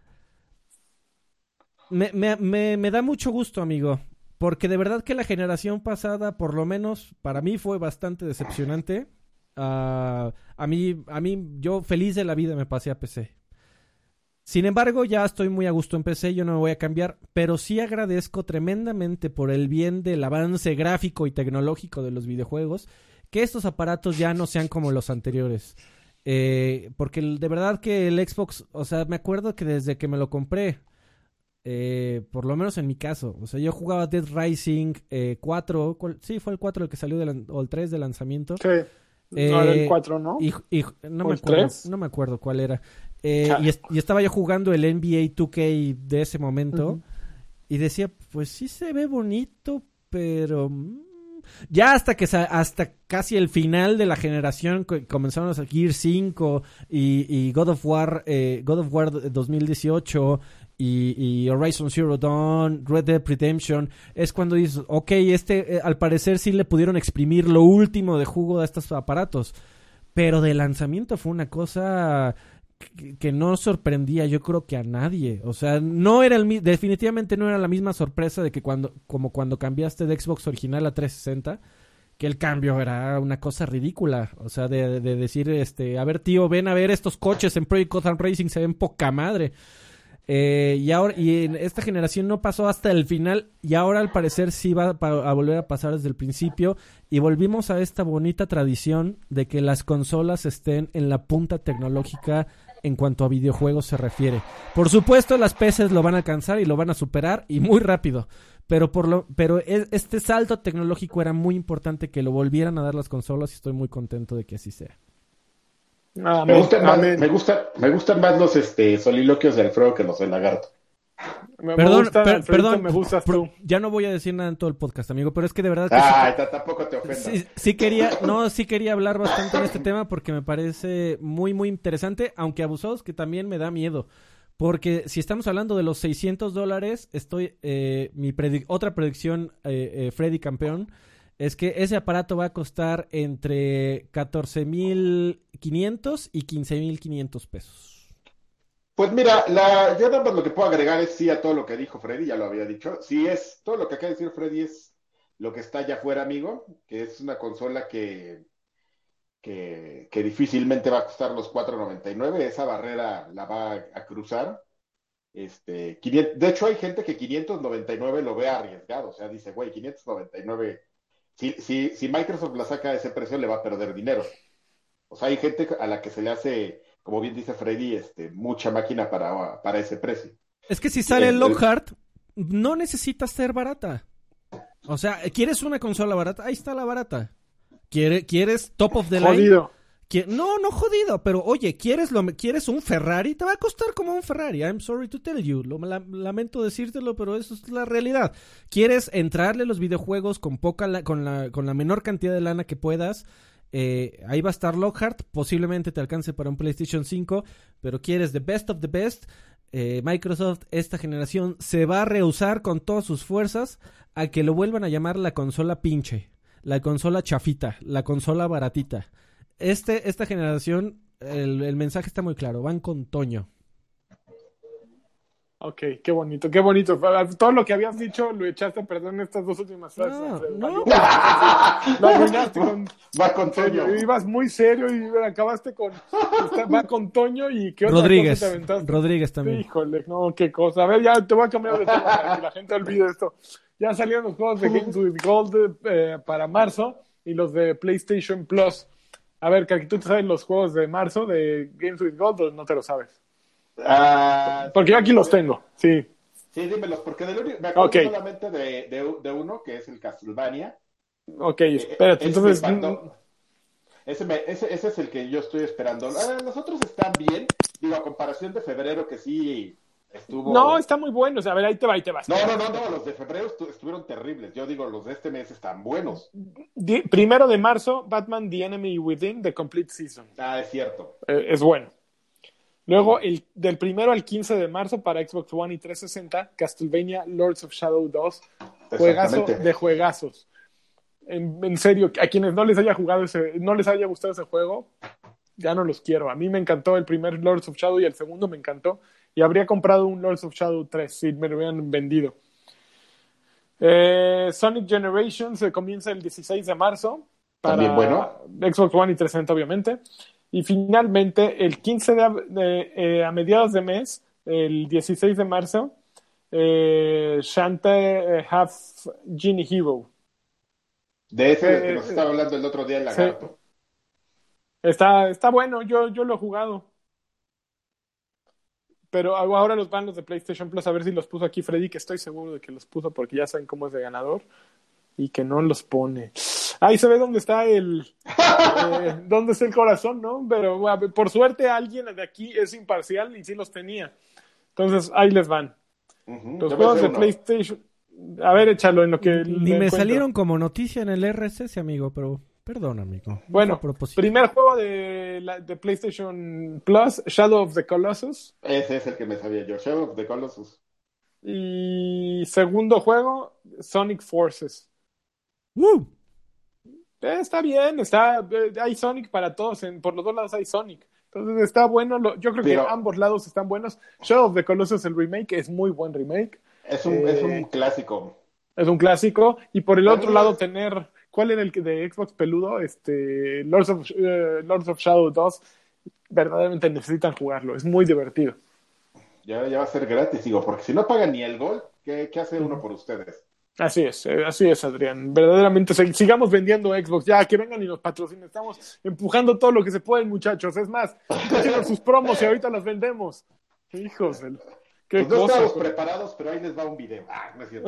[SPEAKER 1] Me, me, me, me da mucho gusto, amigo, porque de verdad que la generación pasada, por lo menos para mí, fue bastante decepcionante. Uh, a mí, a mí, yo feliz de la vida me pasé a P C. Sin embargo, ya estoy muy a gusto en P C, yo no me voy a cambiar, pero sí agradezco tremendamente por el bien del avance gráfico y tecnológico de los videojuegos, que estos aparatos ya no sean como los anteriores. Eh, porque de verdad que el Xbox, o sea, me acuerdo que desde que me lo compré, Eh, por lo menos en mi caso, o sea, yo jugaba Dead Rising eh, cuatro, ¿cuál? Sí, fue el cuatro el que salió de lan- o el tres de lanzamiento.
[SPEAKER 3] Sí,
[SPEAKER 1] eh,
[SPEAKER 3] no era el cuatro, ¿no?
[SPEAKER 1] Y, y no,
[SPEAKER 3] ¿O
[SPEAKER 1] me
[SPEAKER 3] el
[SPEAKER 1] acuerdo,
[SPEAKER 3] tres?
[SPEAKER 1] no me acuerdo cuál era. Eh, y, est- y estaba yo jugando el N B A dos K de ese momento, uh-huh. Y decía, pues sí se ve bonito, pero... Ya hasta que sa- hasta casi el final de la generación co- comenzaron a salir cinco y, y God of War eh, God of War dos mil dieciocho y, y Horizon Zero Dawn, Red Dead Redemption, es cuando dices, ok, este eh, al parecer sí le pudieron exprimir lo último de jugo a estos aparatos, pero de lanzamiento fue una cosa que, que no sorprendía, yo creo que a nadie. O sea, no era el definitivamente no era la misma sorpresa de que cuando como cuando cambiaste de Xbox original a trescientos sesenta, que el cambio era una cosa ridícula. O sea, de, de decir, este, a ver, tío, ven a ver estos coches en Project Gotham Racing, se ven poca madre. Eh, y ahora y en esta generación no pasó hasta el final, y ahora al parecer sí va a, a volver a pasar desde el principio, y volvimos a esta bonita tradición de que las consolas estén en la punta tecnológica en cuanto a videojuegos se refiere. Por supuesto, las P Cs lo van a alcanzar y lo van a superar, y muy rápido, pero por lo pero es, este salto tecnológico era muy importante que lo volvieran a dar las consolas, y estoy muy contento de que así sea.
[SPEAKER 3] Amén,
[SPEAKER 2] me, gustan más,
[SPEAKER 3] amén.
[SPEAKER 2] me, gusta, me gustan más los este, soliloquios de Alfredo que los del lagarto.
[SPEAKER 3] Me,
[SPEAKER 1] perdón,
[SPEAKER 3] me gusta,
[SPEAKER 1] per,
[SPEAKER 3] Alfredito,
[SPEAKER 1] perdón,
[SPEAKER 3] me gustas tú.
[SPEAKER 1] Ya no voy a decir nada en todo el podcast, amigo, pero es que de verdad que
[SPEAKER 2] Ay,
[SPEAKER 1] sí,
[SPEAKER 2] tampoco te ofendas.
[SPEAKER 1] Sí, sí quería, no, sí quería hablar bastante en este tema porque me parece muy, muy interesante, aunque abusados, que también me da miedo. Porque si estamos hablando de los seiscientos dólares, estoy, eh, mi predic- otra predicción, eh, eh, Freddy campeón, es que ese aparato va a costar entre catorce mil quinientos y quince mil quinientos pesos.
[SPEAKER 2] Pues mira, la, yo nada más lo que puedo agregar es sí a todo lo que dijo Freddy, ya lo había dicho. Sí es, todo lo que acaba de decir Freddy es lo que está allá afuera, amigo, que es una consola que que, que difícilmente va a costar los cuatro noventa y nueve, esa barrera la va a, a cruzar. Este, quinientos, de hecho, hay gente que quinientos noventa y nueve lo ve arriesgado, o sea, dice, güey, quinientos noventa y nueve, si, si, si Microsoft la saca a ese precio, le va a perder dinero. O sea, hay gente a la que se le hace, como bien dice Freddy, este, mucha máquina para, para ese precio.
[SPEAKER 1] Es que si sale el Lockhart, no necesita ser barata. O sea, ¿quieres una consola barata? Ahí está la barata. ¿Quieres, ¿quieres top of the line?
[SPEAKER 3] Jodido.
[SPEAKER 1] No, no jodido, pero oye, ¿quieres lo, ¿quieres un Ferrari? Te va a costar como un Ferrari. I'm sorry to tell you. Lo, la, lamento decírtelo, pero eso es la realidad. ¿Quieres entrarle a los videojuegos con poca la, con, la, con la menor cantidad de lana que puedas? Eh, ahí va a estar Lockhart. Posiblemente te alcance para un PlayStation cinco, pero ¿quieres the best of the best? Eh, Microsoft esta generación se va a rehusar con todas sus fuerzas a que lo vuelvan a llamar la consola pinche, la consola chafita, la consola baratita. Este, esta generación, el, el mensaje está muy claro, van con Toño.
[SPEAKER 3] Ok, qué bonito, qué bonito. Todo lo que habías dicho lo echaste a perder en estas dos últimas frases.
[SPEAKER 1] No,
[SPEAKER 3] Alfredo.
[SPEAKER 1] no.
[SPEAKER 3] Lo arruinaste con...
[SPEAKER 2] Va con Toño.
[SPEAKER 3] Ibas muy serio y acabaste con... Está, va con Toño y ¿qué otra
[SPEAKER 1] Rodríguez,
[SPEAKER 3] cosa te aventaste?
[SPEAKER 1] Rodríguez también.
[SPEAKER 3] Híjole, no, qué cosa. A ver, ya te voy a cambiar de tema para que la gente olvide esto. Ya salieron los juegos de Games with Gold eh, para marzo y los de PlayStation Plus. A ver, Kaki, ¿tú te sabes los juegos de marzo de Games with Gold o no te lo sabes?
[SPEAKER 2] Uh,
[SPEAKER 3] porque yo aquí los tengo, sí.
[SPEAKER 2] Sí, dímelos, porque del único, me acuerdo
[SPEAKER 3] okay.
[SPEAKER 2] solamente de, de, de uno, que es el Castlevania.
[SPEAKER 3] Ok, espérate, eh, entonces...
[SPEAKER 2] Ese, me, ese, ese es el que yo estoy esperando. Ah, los otros están bien, digo, a comparación de febrero, que sí estuvo...
[SPEAKER 3] No, está muy bueno, o sea, a ver, ahí te va, ahí te va.
[SPEAKER 2] No, no, no, no, los de febrero estu estuvieron terribles. Yo digo, los de este mes están buenos.
[SPEAKER 3] Di primero de marzo, Batman The Enemy Within, The Complete Season.
[SPEAKER 2] Ah, es cierto.
[SPEAKER 3] Eh, es bueno. Luego, el, del primero al quince de marzo para Xbox One y trescientos sesenta, Castlevania Lords of Shadow dos. Juegazo de juegazos. En, en serio, a quienes no les haya jugado ese, no les haya gustado ese juego, ya no los quiero. A mí me encantó el primer Lords of Shadow y el segundo me encantó. Y habría comprado un Lords of Shadow tres si me lo hubieran vendido. Eh, Sonic Generations se comienza el dieciséis de marzo. Para
[SPEAKER 2] También bueno.
[SPEAKER 3] Xbox One y trescientos sesenta, obviamente. Y finalmente, el quince de, de eh, a mediados de mes, el dieciséis de marzo, eh, Shantae Half Genie Hero.
[SPEAKER 2] De ese
[SPEAKER 3] eh,
[SPEAKER 2] que nos estaba hablando el otro día el lagarto.
[SPEAKER 3] Sí. Está, está bueno, yo, yo lo he jugado. Pero ahora los van los de PlayStation Plus, a ver si los puso aquí Freddy, que estoy seguro de que los puso porque ya saben cómo es de ganador y que no los pone. Ahí se ve dónde está el eh, dónde está el corazón, ¿no? Pero bueno, por suerte alguien de aquí es imparcial y sí los tenía. Entonces ahí les van. Uh-huh. Los Yo juegos de uno. PlayStation. A ver, échalo en lo que
[SPEAKER 1] ni me encuentro. Salieron como noticia en el R S S, amigo, pero perdón, amigo.
[SPEAKER 3] Bueno, primer juego de, la, de PlayStation Plus, Shadow of the Colossus.
[SPEAKER 2] Ese es el que me sabía yo, Shadow of the Colossus.
[SPEAKER 3] Y segundo juego, Sonic Forces.
[SPEAKER 1] ¡Woo!
[SPEAKER 3] Eh, está bien, está, eh, hay Sonic para todos, en, por los dos lados hay Sonic. Entonces está bueno, lo, yo creo Pero, que ambos lados están buenos. Shadow of the Colossus, el remake, es muy buen remake.
[SPEAKER 2] Es un, eh, es un clásico.
[SPEAKER 3] Es un clásico. Y por el otro lado tener, ¿cuál era el de Xbox peludo? Este, Lords of, uh, Lords of Shadow dos. Verdaderamente necesitan jugarlo, es muy divertido.
[SPEAKER 2] Ya, ya va a ser gratis, digo, porque si no pagan ni el gol, ¿qué, qué hace uno por ustedes?
[SPEAKER 3] Así es, así es, Adrián. Verdaderamente, sigamos vendiendo Xbox. Ya, que vengan y nos patrocinen. Estamos empujando todo lo que se puede, muchachos. Es más, tienen sus promos y ahorita las vendemos. Hijos del...
[SPEAKER 2] ¿Qué pues no cosa, estamos pues? preparados, pero ahí les va un video. Ah, no es cierto.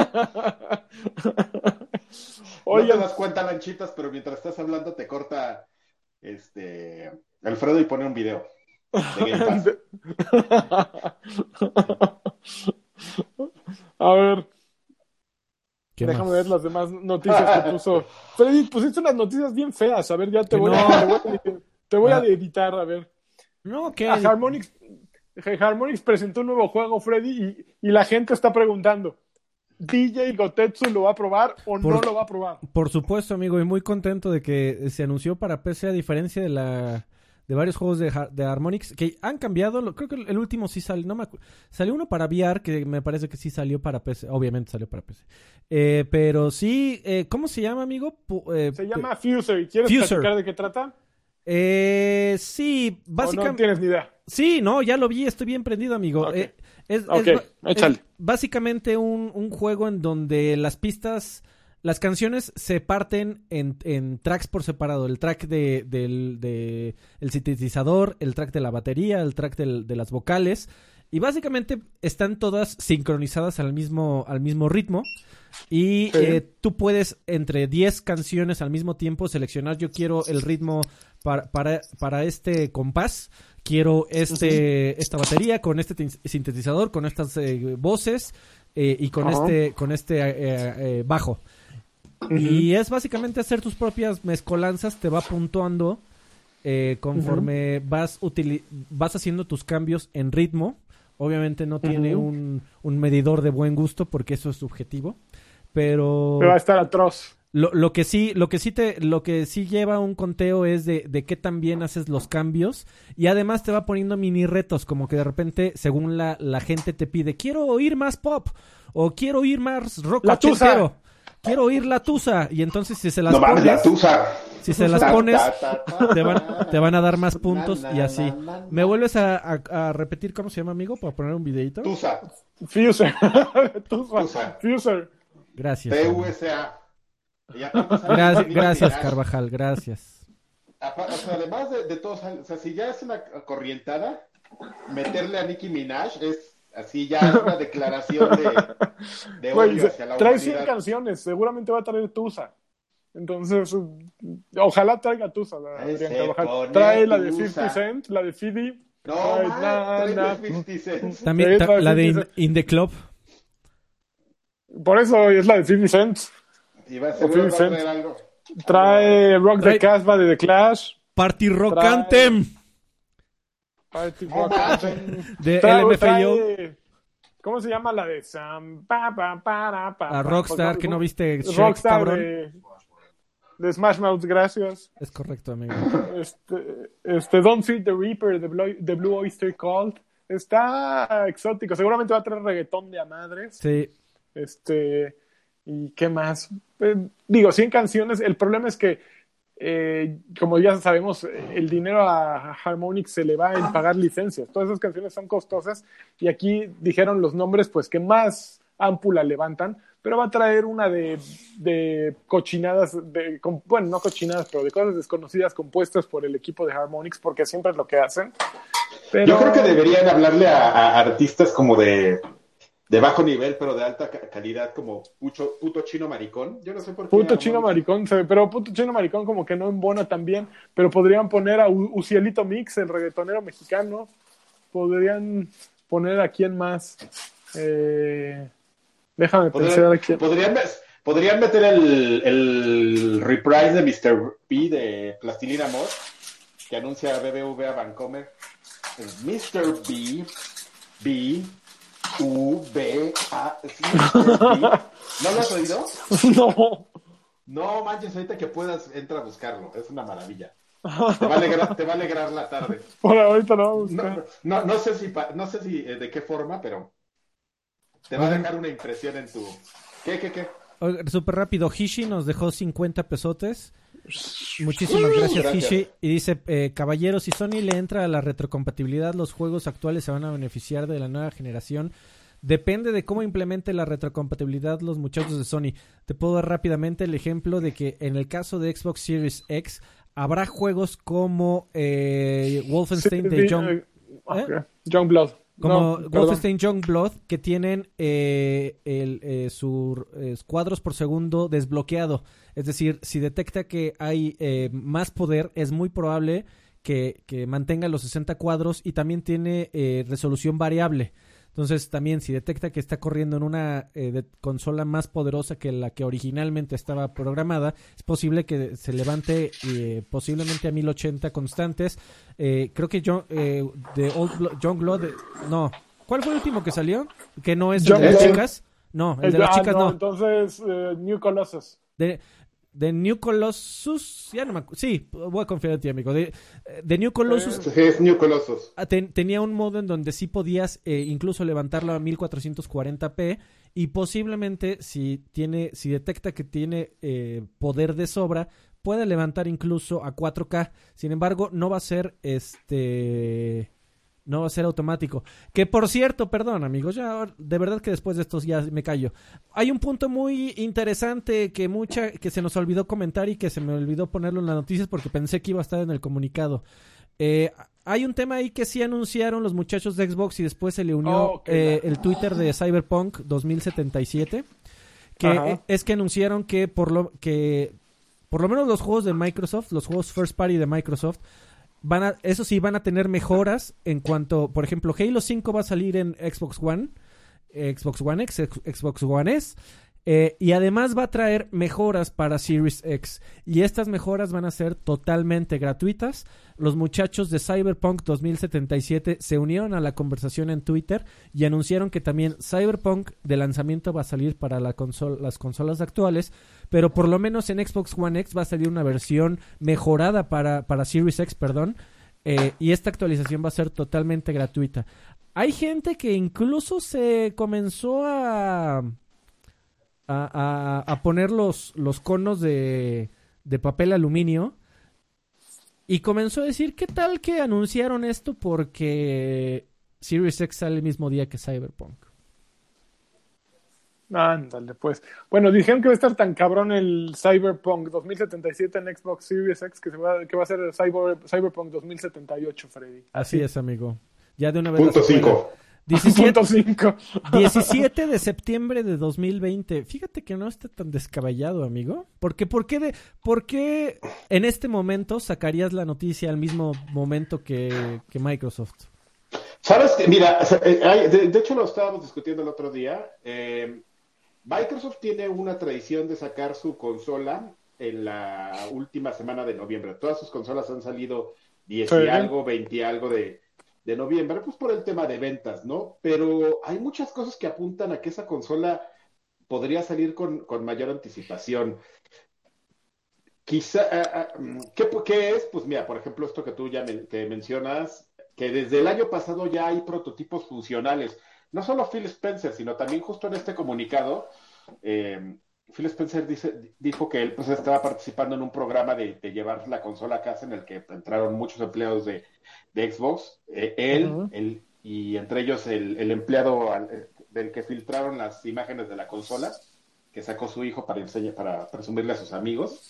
[SPEAKER 2] Oye, no te das cuenta, Lanchitas, pero mientras estás hablando te corta este Alfredo y pone un video de Game Pass.
[SPEAKER 3] A ver. Déjame más? ver las demás noticias que puso. Freddy, pusiste unas noticias bien feas. A ver, ya te, voy, no. a, te voy a, te voy a editar, a ver.
[SPEAKER 1] No, ¿qué?
[SPEAKER 3] A Harmonix, Harmonix presentó un nuevo juego, Freddy, y, y la gente está preguntando, ¿D J Gotetsu lo va a probar o por, no lo va a probar?
[SPEAKER 1] Por supuesto, amigo, y muy contento de que se anunció para P C, a diferencia de la... de varios juegos de, de Harmonix que han cambiado. Creo que el último sí salió, no me acuerdo. Salió uno para V R que me parece que sí salió para P C. Obviamente salió para P C. Eh, pero sí, eh, ¿cómo se llama, amigo?
[SPEAKER 3] Eh, se llama Fuser. ¿Quieres Fuser. platicar de qué trata?
[SPEAKER 1] Eh, sí, básicamente...
[SPEAKER 3] no tienes ni idea?
[SPEAKER 1] Sí, no, ya lo vi, estoy bien prendido, amigo.
[SPEAKER 3] Okay.
[SPEAKER 1] Eh, es,
[SPEAKER 3] okay,
[SPEAKER 1] es, es básicamente un, un juego en donde las pistas, las canciones se parten en, en tracks por separado. El track de, del de, el sintetizador, el track de la batería, el track del, de las vocales. Y básicamente están todas sincronizadas al mismo, al mismo ritmo. Y sí. eh, tú puedes entre diez canciones al mismo tiempo seleccionar, yo quiero el ritmo para, para, para este compás, quiero este uh-huh. esta batería con este t- sintetizador, con estas eh, voces eh, y con uh-huh. este con este eh, eh, bajo. Uh-huh. Y es básicamente hacer tus propias mezcolanzas, te va puntuando eh, conforme uh-huh. vas, utili- vas haciendo tus cambios en ritmo. Obviamente no tiene uh-huh. un, un medidor de buen gusto porque eso es subjetivo. Pero,
[SPEAKER 3] pero va a estar atroz.
[SPEAKER 1] Lo, lo que sí, lo que sí te, lo que sí lleva un conteo es de, de qué tan bien haces los cambios. Y además te va poniendo mini retos, como que de repente, según la, la gente te pide, quiero oír más pop, o quiero oír más rock ochentero, quiero oír la tusa. Y entonces si se las
[SPEAKER 2] no,
[SPEAKER 1] pones,
[SPEAKER 2] la tusa.
[SPEAKER 1] si se las pones, te van, te van a dar más puntos y así. ¿Me vuelves a, a, a repetir cómo se llama, amigo, para poner un videito?
[SPEAKER 2] Tusa.
[SPEAKER 3] Fuser.
[SPEAKER 2] Tusa.
[SPEAKER 3] Tusa. Fuser.
[SPEAKER 1] Gracias.
[SPEAKER 2] P U S A.
[SPEAKER 1] Gracias, gracias Carvajal, gracias.
[SPEAKER 2] O sea, además de, de todo, o sea, si ya es una corrientada, meterle a Nicki Minaj es así ya es una declaración de, de odio
[SPEAKER 3] Wey,
[SPEAKER 2] hacia la
[SPEAKER 3] trae
[SPEAKER 2] humanidad.
[SPEAKER 3] cien canciones, seguramente va a traer Tusa. Entonces, ojalá traiga Tusa, Adrián Carvajal. Trae la de cincuenta Cent, la de Fidi.
[SPEAKER 2] No,
[SPEAKER 3] trae,
[SPEAKER 2] man,
[SPEAKER 3] na,
[SPEAKER 2] trae
[SPEAKER 3] na.
[SPEAKER 2] cincuenta Cent.
[SPEAKER 1] También ta- la de in, in the Club.
[SPEAKER 3] Por eso es la de cincuenta Cent.
[SPEAKER 2] Y va a traer algo.
[SPEAKER 3] Trae Rock
[SPEAKER 1] trae...
[SPEAKER 3] the Casbah de The Clash.
[SPEAKER 1] Party Rock
[SPEAKER 3] trae...
[SPEAKER 1] Anthem.
[SPEAKER 3] Party Rock oh, Anthem.
[SPEAKER 1] De L M F A O.
[SPEAKER 3] ¿Cómo se llama la de Sam? Pa, pa, pa, pa,
[SPEAKER 1] a Rockstar, que no viste Shrek,
[SPEAKER 3] Rockstar
[SPEAKER 1] cabrón.
[SPEAKER 3] De, de Smash Mouth, gracias.
[SPEAKER 1] Es correcto, amigo.
[SPEAKER 3] Este, este Don't Feed the Reaper de Blue, de Blue Oyster Cult. Está exótico. Seguramente va a traer reggaetón de a madres.
[SPEAKER 1] Sí.
[SPEAKER 3] Este... ¿Y qué más? Eh, digo, cien canciones. El problema es que, eh, como ya sabemos, el dinero a Harmonix se le va en pagar licencias. Todas esas canciones son costosas y aquí dijeron los nombres pues que más ámpula levantan, pero va a traer una de, de cochinadas, de, con, bueno, no cochinadas, pero de cosas desconocidas compuestas por el equipo de Harmonix, porque siempre es lo que hacen. Pero...
[SPEAKER 2] Yo creo que deberían hablarle a, a artistas como de... de bajo nivel, pero de alta calidad, como pucho, puto chino maricón. Yo no sé por qué.
[SPEAKER 3] Puto chino maricón, pero puto chino maricón como que no embona tan bien. Pero podrían poner a U- Ucielito Mix, el reggaetonero mexicano. Podrían poner a quién más. Eh... Déjame
[SPEAKER 2] ¿Podrían,
[SPEAKER 3] pensar a quién.
[SPEAKER 2] ¿podrían, podrían meter el, el reprise de mister P de Plastilina Mod, que anuncia B B V a Vancomer. mister B, B, U, B, A, ¿no lo has oído?
[SPEAKER 3] No.
[SPEAKER 2] No manches, ahorita que puedas, entra a buscarlo, es una maravilla. Te va a alegrar, te va a alegrar la tarde.
[SPEAKER 3] Por ahorita no, no,
[SPEAKER 2] no, no sé si, no sé si eh, de qué forma, pero te va a dejar una impresión en tu... ¿Qué, qué, qué?
[SPEAKER 1] Súper rápido, Hishi nos dejó cincuenta pesotes. Muchísimas gracias,
[SPEAKER 2] gracias.
[SPEAKER 1] Hishi. Y dice, eh, caballeros, si Sony le entra a la retrocompatibilidad, los juegos actuales se van a beneficiar de la nueva generación. Depende de cómo implemente la retrocompatibilidad los muchachos de Sony. Te puedo dar rápidamente el ejemplo de que en el caso de Xbox Series X habrá juegos como eh, Wolfenstein
[SPEAKER 3] sí,
[SPEAKER 1] de
[SPEAKER 3] sí,
[SPEAKER 1] Young...
[SPEAKER 3] ¿eh?
[SPEAKER 1] ¿Eh?
[SPEAKER 3] Youngblood.
[SPEAKER 1] Como
[SPEAKER 3] no,
[SPEAKER 1] Wolfenstein Youngblood, que tienen eh, el, eh, sus eh, cuadros por segundo desbloqueado. Es decir, si detecta que hay eh, más poder, es muy probable que, que mantenga los sesenta cuadros y también tiene eh, resolución variable. Entonces, también si detecta que está corriendo en una eh, de consola más poderosa que la que originalmente estaba programada, es posible que se levante eh, posiblemente a mil ochenta constantes. Eh, creo que John, eh, de Old Blo- John Blood, no. ¿Cuál fue el último que salió? Que no es el
[SPEAKER 3] John
[SPEAKER 1] de las
[SPEAKER 3] Blood.
[SPEAKER 1] chicas. No, el de las
[SPEAKER 3] ah,
[SPEAKER 1] chicas
[SPEAKER 3] no.
[SPEAKER 1] no.
[SPEAKER 3] Entonces, uh, New Colossus.
[SPEAKER 1] De, de New Colossus, ya no me acuerdo. Sí, voy a confiar en ti, amigo. De, de New Colossus.
[SPEAKER 2] Sí, es New Colossus.
[SPEAKER 1] Ten, tenía un modo en donde sí podías eh, incluso levantarlo a mil cuatrocientos cuarenta p y posiblemente si tiene, si detecta que tiene eh, poder de sobra, puede levantar incluso a cuatro K. Sin embargo, no va a ser este... No va a ser automático. Que por cierto, perdón amigos, ya de verdad que después de estos ya me callo. Hay un punto muy interesante que mucha que se nos olvidó comentar y que se me olvidó ponerlo en las noticias porque pensé que iba a estar en el comunicado. Eh, hay un tema ahí que sí anunciaron los muchachos de Xbox y después se le unió
[SPEAKER 3] oh,
[SPEAKER 1] eh, el Twitter de Cyberpunk dos mil setenta y siete. Que Ajá. es que anunciaron que por lo que por lo menos los juegos de Microsoft, los juegos first party de Microsoft, van a, eso sí, van a tener mejoras en cuanto, por ejemplo, Halo cinco va a salir en Xbox One, Xbox One X, Xbox One S, eh, y además va a traer mejoras para Series X. Y estas mejoras van a ser totalmente gratuitas. Los muchachos de Cyberpunk dos mil setenta y siete se unieron a la conversación en Twitter y anunciaron que también Cyberpunk de lanzamiento va a salir para la consol- las consolas actuales, pero por lo menos en Xbox One X va a salir una versión mejorada para, para Series X, perdón, eh, y esta actualización va a ser totalmente gratuita. Hay gente que incluso se comenzó a a, a, a poner los, los conos de, de papel aluminio y comenzó a decir, ¿qué tal que anunciaron esto porque Series X sale el mismo día que Cyberpunk?
[SPEAKER 3] Ándale, pues. Bueno, dijeron que va a estar tan cabrón el Cyberpunk dos mil setenta y siete en Xbox Series X que, se va, que va a ser el Cyber, Cyberpunk dos mil setenta y ocho, Freddy.
[SPEAKER 1] Así, Así es, amigo. Ya de una vez.
[SPEAKER 2] Punto cinco.
[SPEAKER 1] diecisiete de septiembre de dos mil veinte. Fíjate que no está tan descabellado, amigo. Porque, ¿por qué, de, ¿por qué en este momento sacarías la noticia al mismo momento que, que Microsoft?
[SPEAKER 2] Sabes que, mira, de, de hecho lo estábamos discutiendo el otro día. Eh, Microsoft tiene una tradición de sacar su consola en la última semana de noviembre. Todas sus consolas han salido diez y algo, veinte y algo de, de noviembre, pues por el tema de ventas, ¿no? Pero hay muchas cosas que apuntan a que esa consola podría salir con, con mayor anticipación. Quizá, uh, ¿qué, ¿qué es? Pues mira, por ejemplo, esto que tú ya me, que mencionas, que desde el año pasado ya hay prototipos funcionales. No solo Phil Spencer, sino también justo en este comunicado, eh, Phil Spencer dice, dijo que él pues estaba participando en un programa de, de llevar la consola a casa en el que entraron muchos empleados de, de Xbox, eh, él, uh-huh. él y entre ellos el, el empleado al, del que filtraron las imágenes de la consola, que sacó su hijo para, enseñar, para presumirle a sus amigos.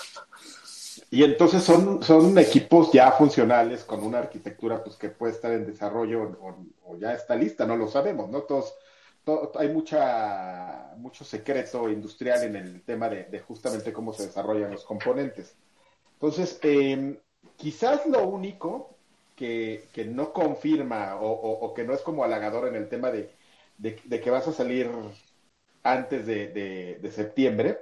[SPEAKER 2] Y entonces son, son equipos ya funcionales con una arquitectura pues que puede estar en desarrollo o, o ya está lista, no lo sabemos, ¿no? Todos, todo, hay mucha mucho secreto industrial en el tema de, de justamente cómo se desarrollan los componentes. Entonces, eh, quizás lo único que, que no confirma o, o, o que no es como halagador en el tema de, de, de que vas a salir antes de, de, de septiembre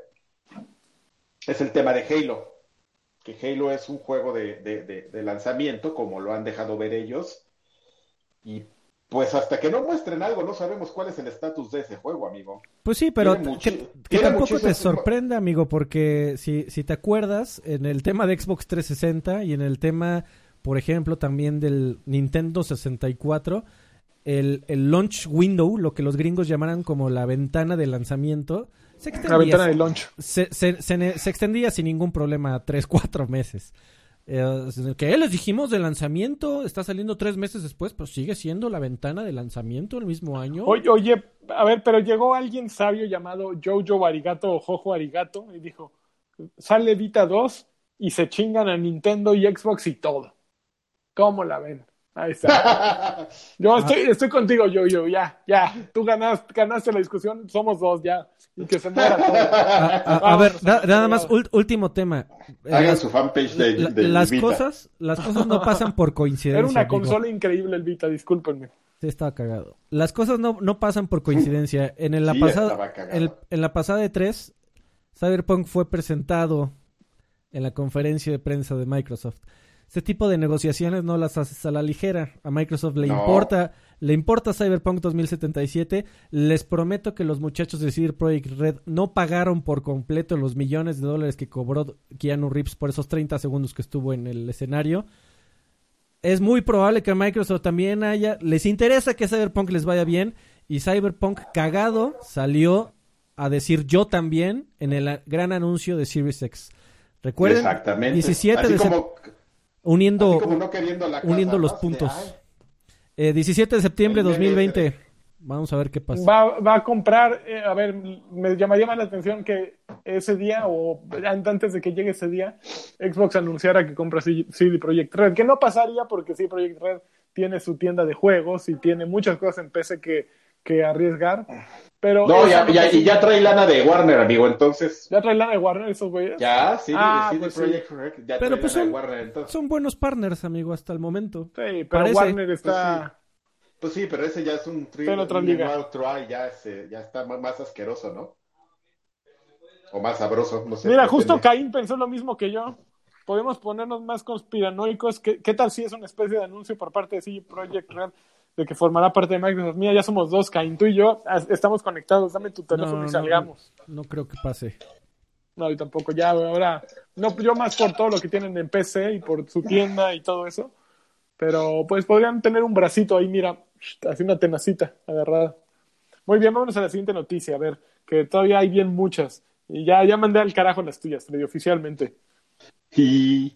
[SPEAKER 2] es el tema de Halo. Que Halo es un juego de, de, de, de lanzamiento, como lo han dejado ver ellos, y pues hasta que no muestren algo, no sabemos cuál es el estatus de ese juego, amigo.
[SPEAKER 1] Pues sí, pero muchi- que, que tampoco te sorprenda, amigo, porque si, si te acuerdas, en el tema de Xbox trescientos sesenta y en el tema, por ejemplo, también del Nintendo sesenta y cuatro, el, el launch window, lo que los gringos llamaran como la ventana de lanzamiento, se extendía,
[SPEAKER 3] la ventana de launch.
[SPEAKER 1] Se, se, se, se extendía sin ningún problema tres, cuatro meses. Eh, que les dijimos de lanzamiento, está saliendo tres meses después, pero sigue siendo la ventana de lanzamiento el mismo año.
[SPEAKER 3] Oye, oye, a ver, pero llegó alguien sabio llamado Jojo Arigato o Jojo Arigato y dijo, sale Vita dos y se chingan a Nintendo y Xbox y todo. ¿Cómo la ven? Ahí está. Yo estoy, estoy contigo, yo, yo, ya, ya. Tú ganaste, ganaste la discusión, somos dos, ya. Y que se muera todo.
[SPEAKER 1] A, a, a ver, na, nada más, ult, último tema.
[SPEAKER 2] Hagan las, su fanpage de,
[SPEAKER 1] la,
[SPEAKER 2] de
[SPEAKER 1] las
[SPEAKER 2] Vita.
[SPEAKER 1] Cosas, las cosas no pasan por coincidencia.
[SPEAKER 3] Era una
[SPEAKER 1] amigo.
[SPEAKER 3] consola increíble el Vita, discúlpenme.
[SPEAKER 1] Sí, estaba cagado. Las cosas no, no pasan por coincidencia. En, el, la
[SPEAKER 2] sí,
[SPEAKER 1] pasada, el, en la pasada de tres, Cyberpunk fue presentado en la conferencia de prensa de Microsoft. Este tipo de negociaciones no las haces a la ligera. A Microsoft le no. importa, le importa Cyberpunk dos mil setenta y siete. Les prometo que los muchachos de C D Projekt Red no pagaron por completo los millones de dólares que cobró Keanu Reeves por esos treinta segundos que estuvo en el escenario. Es muy probable que a Microsoft también haya... Les interesa que Cyberpunk les vaya bien. Y Cyberpunk cagado salió a decir yo también en el gran anuncio de Series X. Recuerden,
[SPEAKER 2] Exactamente.
[SPEAKER 1] diecisiete
[SPEAKER 2] así
[SPEAKER 1] de
[SPEAKER 2] como,
[SPEAKER 1] uniendo,
[SPEAKER 2] así como no queriendo la casa,
[SPEAKER 1] uniendo los
[SPEAKER 2] ¿no?
[SPEAKER 1] puntos.
[SPEAKER 2] De, ay,
[SPEAKER 1] Eh, diecisiete de septiembre de
[SPEAKER 2] el
[SPEAKER 1] dos mil
[SPEAKER 2] meme ese
[SPEAKER 1] veinte.
[SPEAKER 2] de-
[SPEAKER 1] Vamos a ver qué pasa.
[SPEAKER 3] Va, va a comprar, eh, a ver, me llamaría más la atención que ese día o antes de que llegue ese día, Xbox anunciara que compra C D Projekt Red, que no pasaría porque C D Projekt Red tiene su tienda de juegos y tiene muchas cosas en P C que, que arriesgar, pero
[SPEAKER 2] No,
[SPEAKER 3] eso
[SPEAKER 2] ya,
[SPEAKER 3] no
[SPEAKER 2] ya, y
[SPEAKER 3] pasa.
[SPEAKER 2] ya trae lana de Warner, amigo, entonces.
[SPEAKER 3] ¿Ya trae la de Warner esos güeyes?
[SPEAKER 2] Ya, sí,
[SPEAKER 3] Ah,
[SPEAKER 2] C D
[SPEAKER 3] pues sí.
[SPEAKER 2] Projekt Red, ya
[SPEAKER 1] Pero
[SPEAKER 2] trae
[SPEAKER 1] pues
[SPEAKER 2] lana de
[SPEAKER 1] son,
[SPEAKER 2] Warner, entonces.
[SPEAKER 1] son buenos partners, amigo, hasta el momento.
[SPEAKER 3] Sí, pero
[SPEAKER 1] Parece.
[SPEAKER 3] Warner
[SPEAKER 2] Pues
[SPEAKER 3] está,
[SPEAKER 2] sí. Pues sí, pero ese ya es un, tri,
[SPEAKER 3] está en otra
[SPEAKER 2] un
[SPEAKER 3] liga.
[SPEAKER 2] manual try, ya, es, eh, ya está más, más asqueroso, ¿no? O más sabroso, no sé,
[SPEAKER 3] Mira, justo
[SPEAKER 2] depende.
[SPEAKER 3] Caín pensó lo mismo que yo. Podemos ponernos más conspiranoicos. ¿Qué, qué tal si es una especie de anuncio por parte de C D Projekt Red de que formará parte de Microsoft? Mira, ya somos dos, Caín. Tú y yo as- estamos conectados. Dame tu teléfono
[SPEAKER 1] No,
[SPEAKER 3] y
[SPEAKER 1] no,
[SPEAKER 3] salgamos.
[SPEAKER 1] no creo que pase.
[SPEAKER 3] No, yo tampoco. Ya, ahora. No, yo más por todo lo que tienen en P C y por su tienda y todo eso. Pero pues podrían tener un bracito ahí, mira, así una tenacita agarrada. Muy bien, vámonos a la siguiente noticia. A ver, que todavía hay bien muchas. Y ya, ya mandé al carajo las tuyas, Freddy, oficialmente.
[SPEAKER 2] Y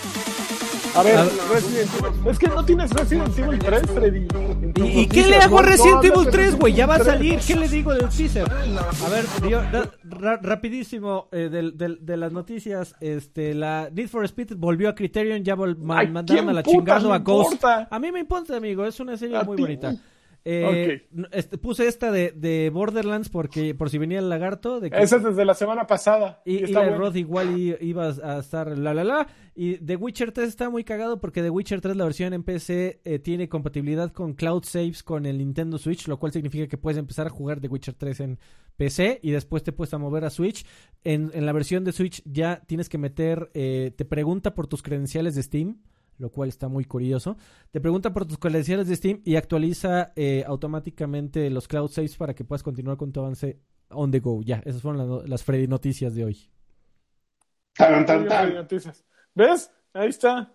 [SPEAKER 3] A ver,
[SPEAKER 1] A ver.
[SPEAKER 3] Resident Evil. Es que no tienes Resident Evil tres, Freddy. en tus
[SPEAKER 1] ¿Y, y qué
[SPEAKER 3] noticias.
[SPEAKER 1] le hago a
[SPEAKER 3] No,
[SPEAKER 1] Resident
[SPEAKER 3] no
[SPEAKER 1] Evil
[SPEAKER 3] hablas de
[SPEAKER 1] tres, güey? Ya va a
[SPEAKER 3] Resident
[SPEAKER 1] salir.
[SPEAKER 3] Evil
[SPEAKER 1] ¿Qué le digo del teaser? A ver, yo, ra- ra- rapidísimo, eh, del- del- de las noticias, este, la Need for Speed volvió a Criterion, ya vol- ma-
[SPEAKER 3] Ay,
[SPEAKER 1] mandaron
[SPEAKER 3] ¿quién
[SPEAKER 1] a la
[SPEAKER 3] putas
[SPEAKER 1] chingada
[SPEAKER 3] le
[SPEAKER 1] a Ghost.
[SPEAKER 3] importa?
[SPEAKER 1] A mí me importa, amigo, es una serie
[SPEAKER 3] A
[SPEAKER 1] muy
[SPEAKER 3] ti.
[SPEAKER 1] bonita. Eh,
[SPEAKER 3] Ok.
[SPEAKER 1] n- este, puse esta de, de Borderlands porque por si venía el lagarto. De que,
[SPEAKER 3] Esa es desde la semana pasada.
[SPEAKER 1] y,
[SPEAKER 3] Y
[SPEAKER 1] y
[SPEAKER 3] está
[SPEAKER 1] la
[SPEAKER 3] buena.
[SPEAKER 1] Roth igual i- iba a estar la la la. Y The Witcher tres está muy cagado porque The Witcher tres, la versión en P C, eh, tiene compatibilidad con Cloud Saves con el Nintendo Switch, lo cual significa que puedes empezar a jugar The Witcher tres en P C y después te puedes a mover a Switch. En, en la versión de Switch ya tienes que meter, eh, te pregunta por tus credenciales de Steam, lo cual está muy curioso. Te pregunta por tus credenciales de Steam y actualiza eh, automáticamente los Cloud Saves para que puedas continuar con tu avance on the go. Ya, esas fueron las, no- las Freddy noticias de hoy.
[SPEAKER 2] tan,
[SPEAKER 3] Muy
[SPEAKER 2] tan,
[SPEAKER 3] bien,
[SPEAKER 2] tan.
[SPEAKER 3] Freddy, noticias. ¿Ves? Ahí está.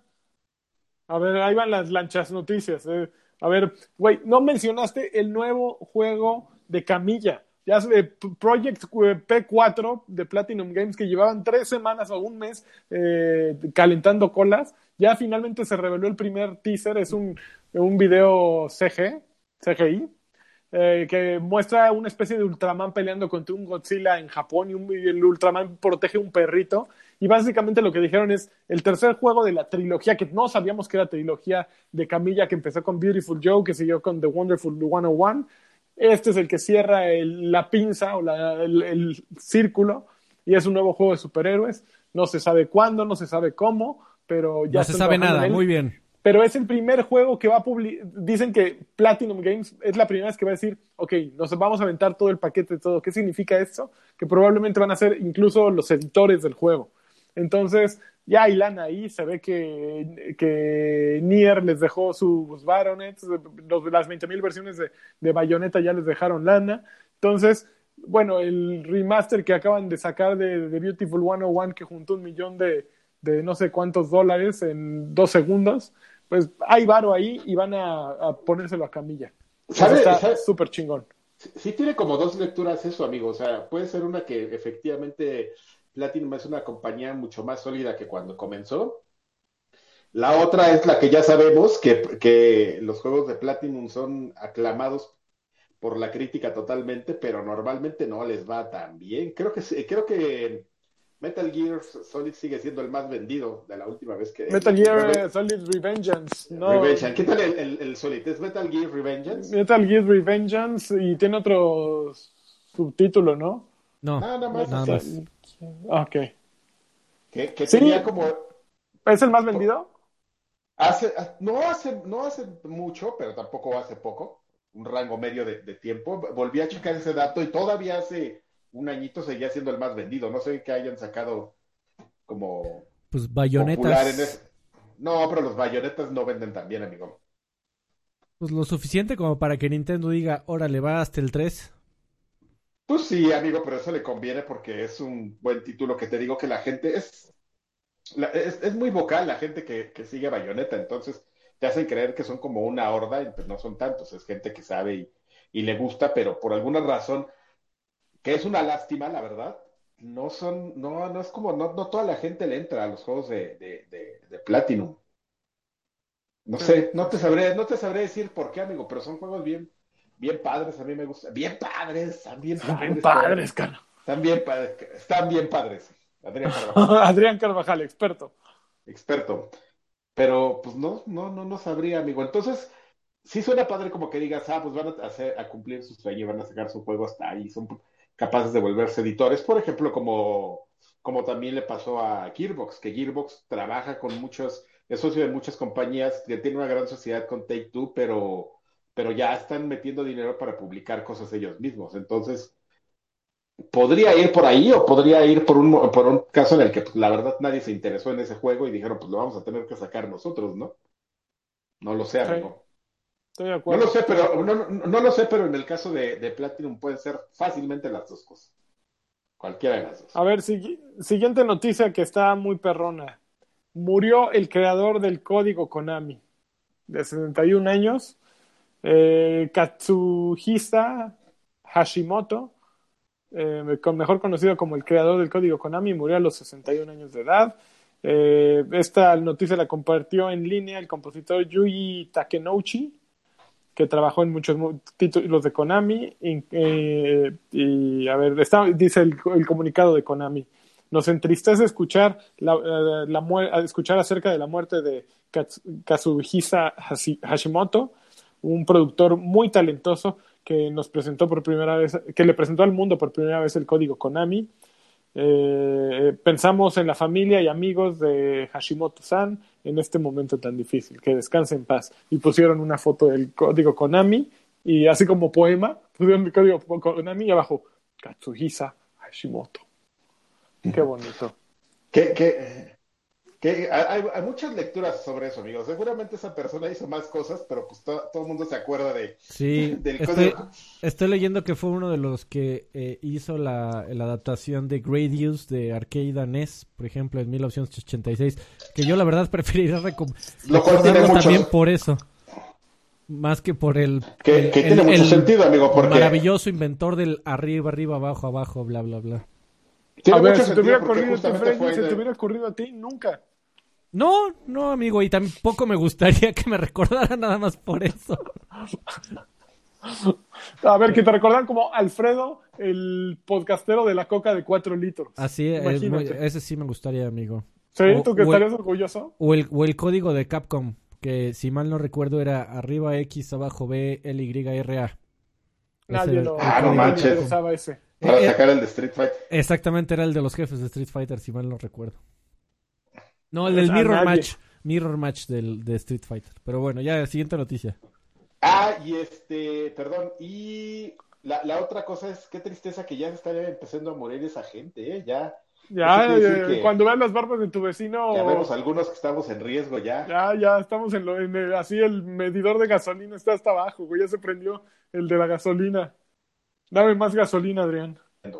[SPEAKER 3] A ver, ahí van las lanchas noticias. eh. A ver, güey, no mencionaste el nuevo juego de Camilla. Ya sé, P- Project P cuatro de Platinum Games, que llevaban tres semanas o un mes eh, calentando colas. Ya finalmente se reveló el primer teaser. Es un, un video C G, C G I, eh, que muestra una especie de Ultraman peleando contra un Godzilla en Japón y, un, y el Ultraman protege un perrito. Y básicamente lo que dijeron es el tercer juego de la trilogía, que no sabíamos que era trilogía de Camilla, que empezó con Beautiful Joe, que siguió con The Wonderful ciento uno. Este es el que cierra el- la pinza o la- el, el círculo y es un nuevo juego de superhéroes. No se sabe cuándo, no se sabe cómo, pero ya
[SPEAKER 1] No se
[SPEAKER 3] están
[SPEAKER 1] sabe
[SPEAKER 3] trabajando
[SPEAKER 1] nada,
[SPEAKER 3] en él.
[SPEAKER 1] muy bien.
[SPEAKER 3] Pero es el primer juego que va a publicar. Dicen que Platinum Games es la primera vez que va a decir, ok, nos vamos a aventar todo el paquete de todo. ¿Qué significa esto? Que probablemente van a ser incluso los editores del juego. Entonces, ya hay lana ahí. Se ve que, que Nier les dejó sus Baronets. Los, las veinte mil versiones de, de Bayonetta ya les dejaron lana. Entonces, bueno, el remaster que acaban de sacar de, de Beautiful ciento uno, que juntó un millón de, de no sé cuántos dólares en dos segundos, pues hay varo ahí y van a, a ponérselo a Camilla. Eso
[SPEAKER 2] ¿Sabe-
[SPEAKER 3] está
[SPEAKER 2] sabe-
[SPEAKER 3] súper chingón.
[SPEAKER 2] Sí, sí tiene como dos lecturas eso, amigo. O sea, puede ser una que efectivamente Platinum es una compañía mucho más sólida que cuando comenzó. La otra es la que ya sabemos, que, que los juegos de Platinum son aclamados por la crítica totalmente, pero normalmente no les va tan bien. Creo que sí- creo que Metal Gear Solid sigue siendo el más vendido de la última vez que...
[SPEAKER 3] Metal Gear
[SPEAKER 2] Reve-
[SPEAKER 3] eh, Solid Revengeance. No,
[SPEAKER 2] Revengeance. ¿Qué tal el, el, el Solid? ¿Es Metal Gear Revengeance?
[SPEAKER 3] Metal Gear Revengeance y tiene otro subtítulo, ¿no?
[SPEAKER 1] No,
[SPEAKER 2] Nada más.
[SPEAKER 1] nada
[SPEAKER 2] o sea,
[SPEAKER 1] más.
[SPEAKER 3] Ok.
[SPEAKER 2] Que, que
[SPEAKER 3] Sí.
[SPEAKER 2] tenía como...
[SPEAKER 3] ¿Es el más vendido?
[SPEAKER 2] Hace, no hace, no hace mucho, pero tampoco hace poco, un rango medio de, de tiempo. Volví a checar ese dato y todavía hace un añito seguía siendo el más vendido. No sé qué hayan sacado como
[SPEAKER 1] Pues
[SPEAKER 2] popular en
[SPEAKER 1] bayonetas.
[SPEAKER 2] ese. No, pero los bayonetas no venden tan bien, amigo.
[SPEAKER 1] Pues lo suficiente como para que Nintendo diga, órale, va hasta el tres.
[SPEAKER 2] Pues sí, amigo, pero eso le conviene porque es un buen título que te digo que la gente es, la- es, es muy vocal, la gente que, que sigue a Bayonetta, entonces te hacen creer que son como una horda y pues no son tantos, es gente que sabe y, y le gusta, pero por alguna razón, que es una lástima, la verdad, no son, no, no es como, no, no toda la gente le entra a los juegos de, de, de, de Platinum. No
[SPEAKER 3] Sí,
[SPEAKER 2] sé, no
[SPEAKER 3] sí,
[SPEAKER 2] te
[SPEAKER 3] sí.
[SPEAKER 2] sabré, no te sabré decir por qué, amigo, pero son juegos bien, bien padres, a mí me gustan, bien padres, están bien
[SPEAKER 3] Son bien
[SPEAKER 2] padres, cabrón.
[SPEAKER 3] padres, cara.
[SPEAKER 2] Están bien padres, están bien padres. Adrián Carvajal,
[SPEAKER 3] Adrián Carvajal, experto.
[SPEAKER 2] experto. Pero pues no, no, no, no sabría, amigo. Entonces, sí suena padre como que digas, ah, pues van a hacer, a cumplir su sueño, van a sacar su juego hasta ahí, son capaces de volverse editores, por ejemplo, como, como también le pasó a Gearbox, que Gearbox trabaja con muchos, es socio de muchas compañías, que tiene una gran sociedad con Take-Two, pero, pero ya están metiendo dinero para publicar cosas ellos mismos. Entonces, podría ir por ahí o podría ir por un, por un caso en el que pues, la verdad nadie se interesó en ese juego y dijeron, pues lo vamos a tener que sacar nosotros, ¿no? No lo sé,
[SPEAKER 3] Sí,
[SPEAKER 2] amigo.
[SPEAKER 3] estoy de
[SPEAKER 2] No lo
[SPEAKER 3] acuerdo,
[SPEAKER 2] sé,
[SPEAKER 3] estoy de
[SPEAKER 2] pero
[SPEAKER 3] acuerdo.
[SPEAKER 2] no, no, no lo sé, pero en el caso de, de Platinum pueden ser fácilmente las dos cosas. Cualquiera de las
[SPEAKER 3] A
[SPEAKER 2] dos.
[SPEAKER 3] ver, si- siguiente noticia que está muy perrona. Murió el creador del código Konami, de sesenta y un años, eh, Katsuhisa Hashimoto, eh, con- mejor conocido como el creador del código Konami, murió a los sesenta y un años de edad. Eh, esta noticia la compartió en línea el compositor Yuji Takenouchi, que trabajó en muchos mu- títulos de Konami. Y, eh, y, a ver, está, dice el, el comunicado de Konami. Nos entristece escuchar, la, eh, la muer- escuchar acerca de la muerte de Kats- Kazuhisa Hashi- Hashimoto, un productor muy talentoso que nos presentó por primera vez, que le presentó al mundo por primera vez el código Konami. Eh, pensamos en la familia y amigos de Hashimoto-san en este momento tan difícil. Que descanse en paz. Y pusieron una foto del código Konami y así como poema, pusieron el código Konami y abajo Katsuhisa Hashimoto. Qué bonito.
[SPEAKER 2] ¿Qué, qué, qué? Hay, hay muchas lecturas sobre eso, amigo. Seguramente esa persona hizo más cosas, pero pues to- todo el mundo se acuerda de,
[SPEAKER 1] Sí,
[SPEAKER 2] del
[SPEAKER 1] estoy,
[SPEAKER 2] código.
[SPEAKER 1] estoy leyendo que fue uno de los que eh, hizo la, la adaptación de Gradius de Arcade a N E S, por ejemplo, en mil novecientos ochenta y seis, que yo la verdad preferiría recom-
[SPEAKER 2] Lo cual tiene
[SPEAKER 1] recordarlo también
[SPEAKER 2] mucho,
[SPEAKER 1] por eso, más que por el,
[SPEAKER 2] que,
[SPEAKER 1] el,
[SPEAKER 2] que tiene
[SPEAKER 1] el,
[SPEAKER 2] mucho
[SPEAKER 1] el
[SPEAKER 2] sentido, amigo, porque
[SPEAKER 1] maravilloso inventor del arriba, arriba, abajo, abajo, bla, bla, bla.
[SPEAKER 3] A
[SPEAKER 2] tiene
[SPEAKER 3] ver,
[SPEAKER 2] mucho
[SPEAKER 3] si te
[SPEAKER 2] sentido
[SPEAKER 3] hubiera
[SPEAKER 2] porque
[SPEAKER 3] ocurrido a ti,
[SPEAKER 2] justamente
[SPEAKER 3] Freddy,
[SPEAKER 2] fue
[SPEAKER 3] si te
[SPEAKER 2] de,
[SPEAKER 3] hubiera ocurrido a ti, nunca.
[SPEAKER 1] No, no, amigo, y tampoco me gustaría que me recordara nada más por eso.
[SPEAKER 3] A ver, que te recordan como Alfredo, el podcastero de la coca de cuatro litros.
[SPEAKER 1] Así es, muy-
[SPEAKER 3] Imagínate.
[SPEAKER 1] ese sí me gustaría, amigo.
[SPEAKER 3] ¿Sí?
[SPEAKER 1] O,
[SPEAKER 3] ¿Tú que
[SPEAKER 1] o el,
[SPEAKER 3] estarías orgulloso?
[SPEAKER 1] o el- o el código de Capcom, que si mal no recuerdo era arriba X, abajo B, L, Y, R, A. Ese
[SPEAKER 3] Nadie,
[SPEAKER 1] era el,
[SPEAKER 3] lo,
[SPEAKER 1] el
[SPEAKER 2] ah, no
[SPEAKER 3] nadie
[SPEAKER 1] código
[SPEAKER 3] le
[SPEAKER 1] de
[SPEAKER 2] manches,
[SPEAKER 1] Capcom.
[SPEAKER 3] interesaba ese.
[SPEAKER 1] Eh,
[SPEAKER 2] para
[SPEAKER 1] eh,
[SPEAKER 2] sacar el de Street Fighter.
[SPEAKER 1] exactamente, era el de los jefes de Street Fighter, si mal no recuerdo. No, el
[SPEAKER 3] Es
[SPEAKER 1] del
[SPEAKER 3] a
[SPEAKER 1] Mirror
[SPEAKER 3] nadie.
[SPEAKER 1] Match. Mirror Match del, de Street Fighter. Pero bueno, ya, siguiente noticia.
[SPEAKER 2] Ah, y este, perdón, y la, la otra cosa es, qué tristeza que ya se está empezando a morir esa gente, ¿eh? Ya, eso
[SPEAKER 3] Ya,
[SPEAKER 2] quiere decir
[SPEAKER 3] eh,
[SPEAKER 2] que
[SPEAKER 3] cuando veas las barbas de tu
[SPEAKER 2] ya vemos
[SPEAKER 3] vecino,
[SPEAKER 2] algunos que estamos en riesgo ya.
[SPEAKER 3] ya, ya estamos en, lo, en el- así el medidor de gasolina está hasta abajo, güey, ya se prendió el de la gasolina. Dame más gasolina, Adrián.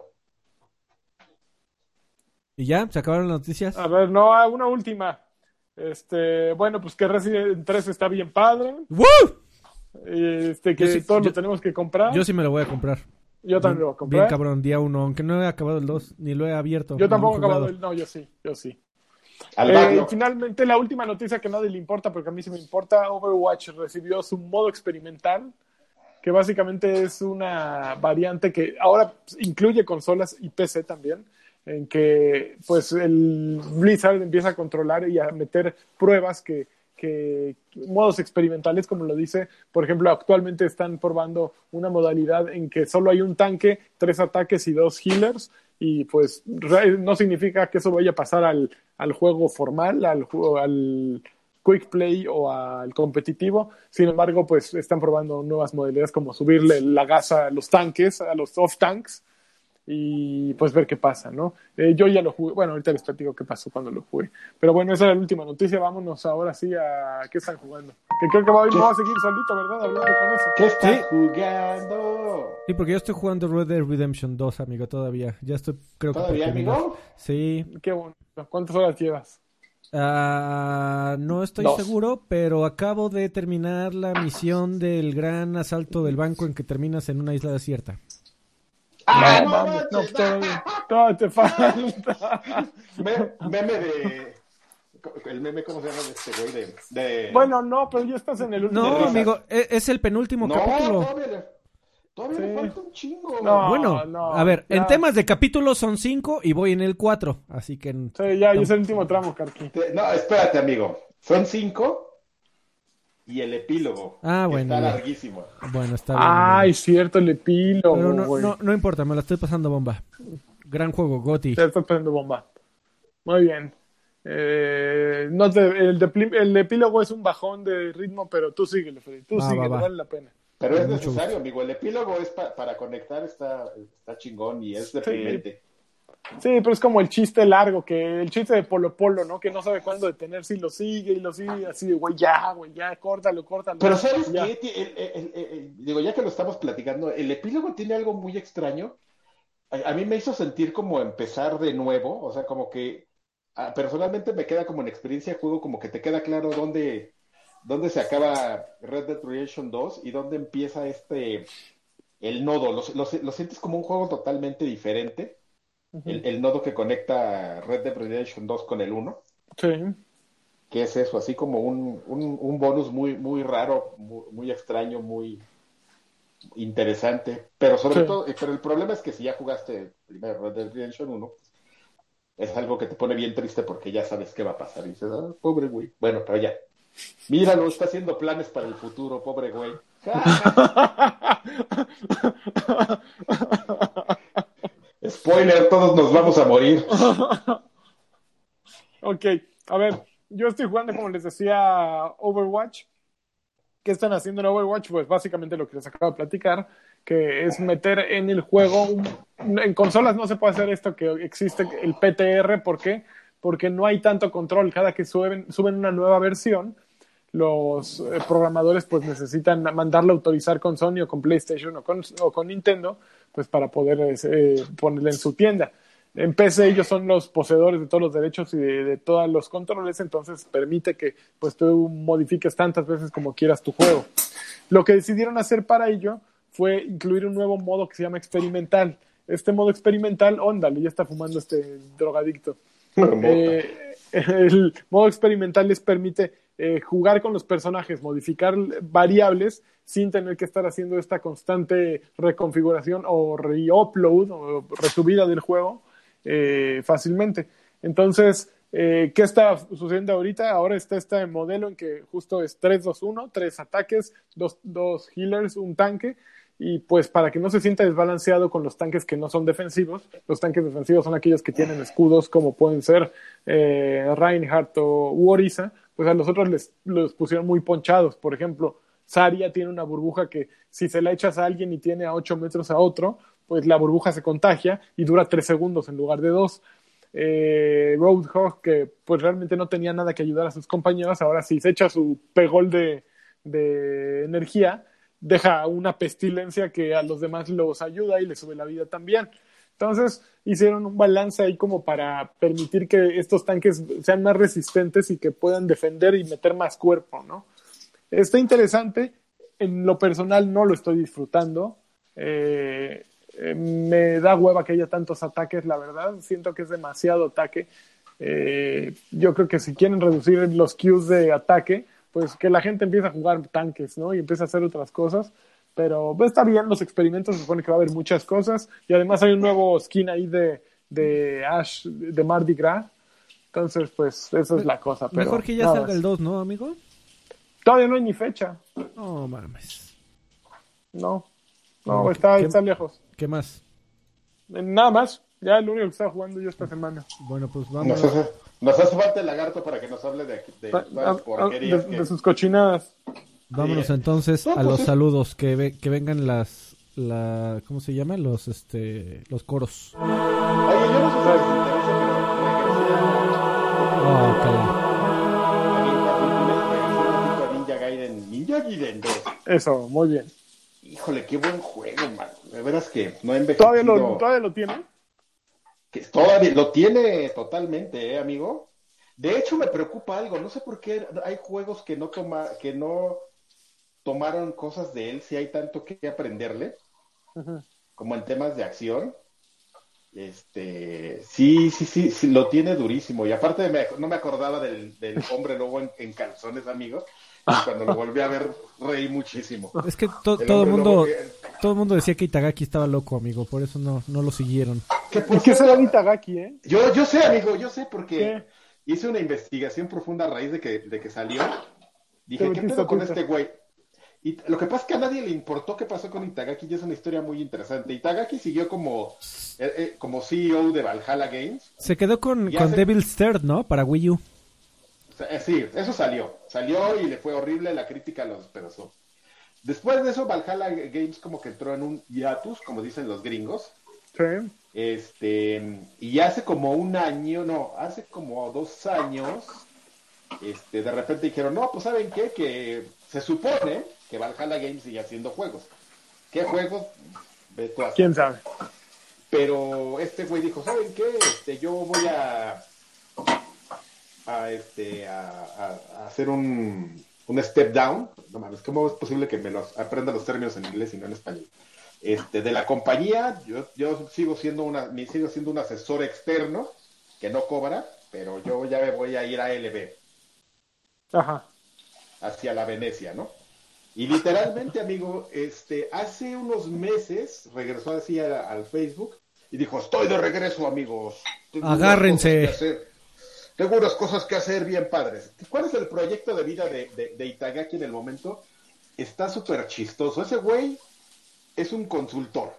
[SPEAKER 1] ¿Y ya? ¿Se acabaron las noticias?
[SPEAKER 3] A ver, no, ah, una última. Este, bueno, pues que Resident tres está bien padre.
[SPEAKER 1] ¡Woo!
[SPEAKER 3] Este, que
[SPEAKER 1] Yo sí-
[SPEAKER 3] todos
[SPEAKER 1] yo-
[SPEAKER 3] lo tenemos que comprar.
[SPEAKER 1] Yo sí me lo voy a comprar.
[SPEAKER 3] Yo también
[SPEAKER 1] Bien,
[SPEAKER 3] lo voy a
[SPEAKER 1] bien
[SPEAKER 3] comprar.
[SPEAKER 1] cabrón, día uno. Aunque no he acabado el dos, ni lo he abierto.
[SPEAKER 3] Yo
[SPEAKER 1] ni
[SPEAKER 3] tampoco he
[SPEAKER 1] lo he
[SPEAKER 3] acabado
[SPEAKER 1] jugado.
[SPEAKER 3] el. No, yo sí, yo sí.
[SPEAKER 2] Al
[SPEAKER 3] Eh,
[SPEAKER 2] backlog.
[SPEAKER 3] finalmente, la última noticia que a nadie le importa, porque a mí sí me importa, Overwatch recibió su modo experimental, que básicamente es una variante que ahora incluye consolas y P C también, en que pues el Blizzard empieza a controlar y a meter pruebas que, que modos experimentales, como lo dice, por ejemplo, actualmente están probando una modalidad en que solo hay un tanque, tres ataques y dos healers, y pues re- no significa que eso vaya a pasar al, al juego formal, al, juego, al quick play o al competitivo. Sin embargo, pues están probando nuevas modalidades como subirle la gasa a los tanques, a los off tanks, y pues ver qué pasa, ¿no? Eh, yo ya lo jugué, bueno, ahorita les platico qué pasó cuando lo jugué. Pero bueno, esa era la última noticia, vámonos ahora sí a qué están jugando. Que creo que hoy me voy a seguir solito, ¿verdad? Hablando con eso.
[SPEAKER 2] ¿Qué estás
[SPEAKER 1] Sí.
[SPEAKER 2] jugando?
[SPEAKER 1] Sí, porque yo estoy jugando Red Dead Redemption dos, amigo, todavía. Ya estoy, creo que por
[SPEAKER 2] ¿Todavía,
[SPEAKER 1] terminar.
[SPEAKER 2] amigo?
[SPEAKER 1] Sí.
[SPEAKER 3] Qué bonito. ¿Cuántas horas llevas?
[SPEAKER 1] Ah, no estoy
[SPEAKER 3] Dos.
[SPEAKER 1] seguro, pero acabo de terminar la misión del gran asalto del banco en que terminas en una isla desierta.
[SPEAKER 2] ¡Ah,
[SPEAKER 3] No,
[SPEAKER 2] no
[SPEAKER 3] mames,
[SPEAKER 2] manches!
[SPEAKER 3] no, todavía. No, te falta.
[SPEAKER 2] Me- meme de... El meme, ¿cómo se llama de este güey? De, de...
[SPEAKER 3] Bueno, no, pero ya estás en el último.
[SPEAKER 1] No,
[SPEAKER 2] risa.
[SPEAKER 1] amigo, e- es el penúltimo
[SPEAKER 2] No,
[SPEAKER 1] capítulo.
[SPEAKER 2] todavía le, todavía
[SPEAKER 3] Sí.
[SPEAKER 2] le falta un chingo.
[SPEAKER 3] No.
[SPEAKER 1] Bueno,
[SPEAKER 3] no,
[SPEAKER 1] a ver,
[SPEAKER 3] ya.
[SPEAKER 1] en temas de capítulos son cinco y voy en el cuatro, así que...
[SPEAKER 3] Sí, ya, ya es el último tramo, Karki.
[SPEAKER 2] Te- No, espérate, amigo. Son cinco y el epílogo.
[SPEAKER 1] Ah,
[SPEAKER 2] que
[SPEAKER 1] bueno,
[SPEAKER 2] Está
[SPEAKER 1] ya.
[SPEAKER 2] larguísimo.
[SPEAKER 1] Bueno, está bien.
[SPEAKER 3] Ay,
[SPEAKER 1] bien.
[SPEAKER 3] cierto, el epílogo,
[SPEAKER 1] Pero no,
[SPEAKER 3] güey.
[SPEAKER 1] no, no importa, me la estoy pasando bomba. Gran juego, Goti.
[SPEAKER 3] Te estás pasando bomba. Muy bien. Eh, no te- el, de- el epílogo es un bajón de ritmo, pero tú síguele, Freddy. Tú
[SPEAKER 1] Va,
[SPEAKER 3] síguele,
[SPEAKER 1] va, va.
[SPEAKER 3] vale la pena.
[SPEAKER 2] Pero es
[SPEAKER 1] Con mucho
[SPEAKER 2] necesario,
[SPEAKER 1] gusto.
[SPEAKER 2] amigo. El epílogo es pa- para conectar, está, está chingón y es deprimente.
[SPEAKER 3] Sí, pero es como el chiste largo, que el chiste de Polo Polo, ¿no? Que no sabe cuándo detenerse y lo sigue y lo sigue así de, güey, ya, güey, ya, córtalo, córtalo.
[SPEAKER 2] Pero ¿sabes
[SPEAKER 3] ya.
[SPEAKER 2] qué? Ti- el- el- el- el- digo, ya que lo estamos platicando, el epílogo tiene algo muy extraño. A, a mí me hizo sentir como empezar de nuevo, o sea, como que ah, personalmente me queda como en experiencia de juego, como que te queda claro dónde, dónde se acaba Red Dead Redemption dos y dónde empieza este, el nodo. Lo, lo- lo sientes como un juego totalmente diferente, el, el nodo que conecta Red Dead Redemption dos con el uno,
[SPEAKER 3] Sí.
[SPEAKER 2] que es eso, así como un, un, un bonus muy, muy raro, muy, muy extraño, muy interesante, pero sobre
[SPEAKER 3] Sí.
[SPEAKER 2] todo, eh, pero el problema es que si ya jugaste primero Red Dead Redemption uno, es algo que te pone bien triste porque ya sabes qué va a pasar y dices, ah, pobre güey, bueno, pero ya, míralo, está haciendo planes para el futuro, pobre güey. Spoiler, todos nos vamos a morir.
[SPEAKER 3] Ok, a ver, yo estoy jugando, como les decía, Overwatch. ¿Qué están haciendo en Overwatch? Pues básicamente lo que les acabo de platicar, que es meter en el juego, un- en consolas no se puede hacer esto que existe el P T R, ¿por qué? Porque no hay tanto control, cada que suben, suben una nueva versión, los eh, programadores pues necesitan mandarla a autorizar con Sony o con PlayStation o con, o con Nintendo, pues para poder eh, ponerla en su tienda. En P C ellos son los poseedores de todos los derechos y de, de todos los controles, entonces permite que pues tú modifiques tantas veces como quieras tu juego. Lo que decidieron hacer para ello fue incluir un nuevo modo que se llama experimental. Este modo experimental, óndale, ya está fumando este drogadicto. Eh, el modo experimental les permite eh, jugar con los personajes, modificar variables sin tener que estar haciendo esta constante reconfiguración o re-upload o resubida del juego eh, fácilmente. Entonces, eh, ¿qué está sucediendo ahorita? Ahora está este modelo en que justo es tres dos uno, tres ataques, dos, dos healers, un tanque. Y pues para que no se sienta desbalanceado con los tanques que no son defensivos, los tanques defensivos son aquellos que tienen escudos como pueden ser eh, Reinhardt o Orisa, pues a los otros les los pusieron muy ponchados. Por ejemplo, Zarya tiene una burbuja que si se la echas a alguien y tiene a ocho metros a otro, pues la burbuja se contagia y dura tres segundos en lugar de dos. Eh, Roadhog, que pues realmente no tenía nada que ayudar a sus compañeros, ahora si se echa su pegol de, de energía, deja una pestilencia que a los demás los ayuda y les sube la vida también. Entonces hicieron un balance ahí como para permitir que estos tanques sean más resistentes y que puedan defender y meter más cuerpo, ¿no? Está interesante, en lo personal no lo estoy disfrutando, eh, eh, me da hueva que haya tantos ataques, la verdad, siento que es demasiado ataque. Eh, yo creo que si quieren reducir los queues de ataque, pues que la gente empiece a jugar tanques, ¿no? Y empiece a hacer otras cosas. Pero pues, está bien los experimentos, se supone que va a haber muchas cosas. Y además hay un nuevo skin ahí de, de Ash, de Mardi Gras. Entonces, pues, esa es la cosa. Pero
[SPEAKER 1] Mejor que ya
[SPEAKER 3] nada
[SPEAKER 1] salga
[SPEAKER 3] más.
[SPEAKER 1] el dos, ¿no, amigo?
[SPEAKER 3] Todavía no hay ni fecha.
[SPEAKER 1] No mames.
[SPEAKER 3] No. No,
[SPEAKER 1] No,
[SPEAKER 3] está,
[SPEAKER 1] ¿qué-
[SPEAKER 3] está lejos.
[SPEAKER 1] ¿Qué más?
[SPEAKER 3] Nada más. Ya es lo único que estaba jugando yo esta semana.
[SPEAKER 1] Bueno, pues
[SPEAKER 2] Nos
[SPEAKER 1] vamos.
[SPEAKER 2] hace, nos hace falta el lagarto para que nos hable de, de
[SPEAKER 3] Ah,
[SPEAKER 2] todas
[SPEAKER 3] ah,
[SPEAKER 2] las porquerías
[SPEAKER 3] de,
[SPEAKER 2] que...
[SPEAKER 3] de sus cochinadas.
[SPEAKER 1] Vámonos
[SPEAKER 2] Sí.
[SPEAKER 1] entonces
[SPEAKER 2] No,
[SPEAKER 1] a
[SPEAKER 2] pues
[SPEAKER 1] los
[SPEAKER 2] sí.
[SPEAKER 1] saludos, que, ve- que vengan las, la, ¿cómo se llama? Los, este, los coros.
[SPEAKER 2] Oye, yo no sé si les interesa, pero regresé
[SPEAKER 1] Oh, cala.
[SPEAKER 2] a Ninja, regresé un ratito a Ninja Gaiden, Ninja Gaiden dos.
[SPEAKER 3] Eso, muy bien.
[SPEAKER 2] Híjole, qué buen juego, man. De veras que no ha envejecido.
[SPEAKER 3] ¿Todavía lo, ¿Todavía lo tiene?
[SPEAKER 2] Que todavía lo tiene totalmente, ¿eh, amigo? De hecho, me preocupa algo. No sé por qué hay juegos que no toma, que no tomaron cosas de él, si hay tanto que aprenderle,
[SPEAKER 3] Ujú.
[SPEAKER 2] como en temas de acción. Este, sí, sí, sí, sí, lo tiene durísimo. Y aparte me, no me acordaba del, del hombre lobo en, en calzones, amigo. Y cuando lo volví a ver, reí muchísimo.
[SPEAKER 1] Es que to,
[SPEAKER 2] El
[SPEAKER 1] todo el
[SPEAKER 2] hombre
[SPEAKER 1] mundo
[SPEAKER 2] lobo que-
[SPEAKER 1] todo el mundo decía que Itagaki estaba loco, amigo, por eso no no lo siguieron.
[SPEAKER 2] que por
[SPEAKER 3] ¿Y qué
[SPEAKER 2] cierto,
[SPEAKER 3] será de Itagaki, eh?
[SPEAKER 2] Yo, yo sé, amigo, yo sé porque
[SPEAKER 3] ¿Qué?
[SPEAKER 2] hice una investigación profunda a raíz de que, de que salió. Dije,
[SPEAKER 3] Te
[SPEAKER 2] ¿qué
[SPEAKER 3] metiste
[SPEAKER 2] pedo
[SPEAKER 3] a
[SPEAKER 2] con
[SPEAKER 3] Twitter.
[SPEAKER 2] este güey? Y lo que pasa es que a nadie le importó qué pasó con Itagaki y es una historia muy interesante. Itagaki siguió como, eh, eh, como C E O de Valhalla Games.
[SPEAKER 1] Se quedó con,
[SPEAKER 2] Y
[SPEAKER 1] con
[SPEAKER 2] hace-
[SPEAKER 1] Devil's Third, ¿no? Para Wii U.
[SPEAKER 2] O sea, eh, sí, eso salió. Salió y le fue horrible, la crítica lo despedazó. Después de eso, Valhalla Games como que entró en un hiatus, como dicen los gringos.
[SPEAKER 3] Sí.
[SPEAKER 2] Este, y hace como un año, no, hace como dos años, este, de repente dijeron, no, pues ¿saben qué? Que se supone que Valhalla Games sigue haciendo juegos. ¿Qué juegos? Ve tú a saber.
[SPEAKER 3] ¿Quién sabe?
[SPEAKER 2] Pero este güey dijo, ¿saben qué? Este, yo voy a, a, este, a, a- a hacer un, un step down. No mames, ¿cómo es posible que me los aprenda los términos en inglés y no en español? Este, de la compañía, yo, yo sigo siendo una, me sigo siendo un asesor externo que no cobra, pero yo ya me voy a ir a L B,
[SPEAKER 3] Ajá.
[SPEAKER 2] hacia la Venecia, ¿no? Y literalmente, amigo, este, hace unos meses regresó así a- al Facebook y dijo, estoy de regreso, amigos. Tengo unas
[SPEAKER 1] Agárrense.
[SPEAKER 2] cosas que hacer. Tengo unas cosas que hacer bien padres. ¿Cuál es el proyecto de vida de, de, de Itagaki en el momento? Está súper chistoso. Ese güey es un consultor.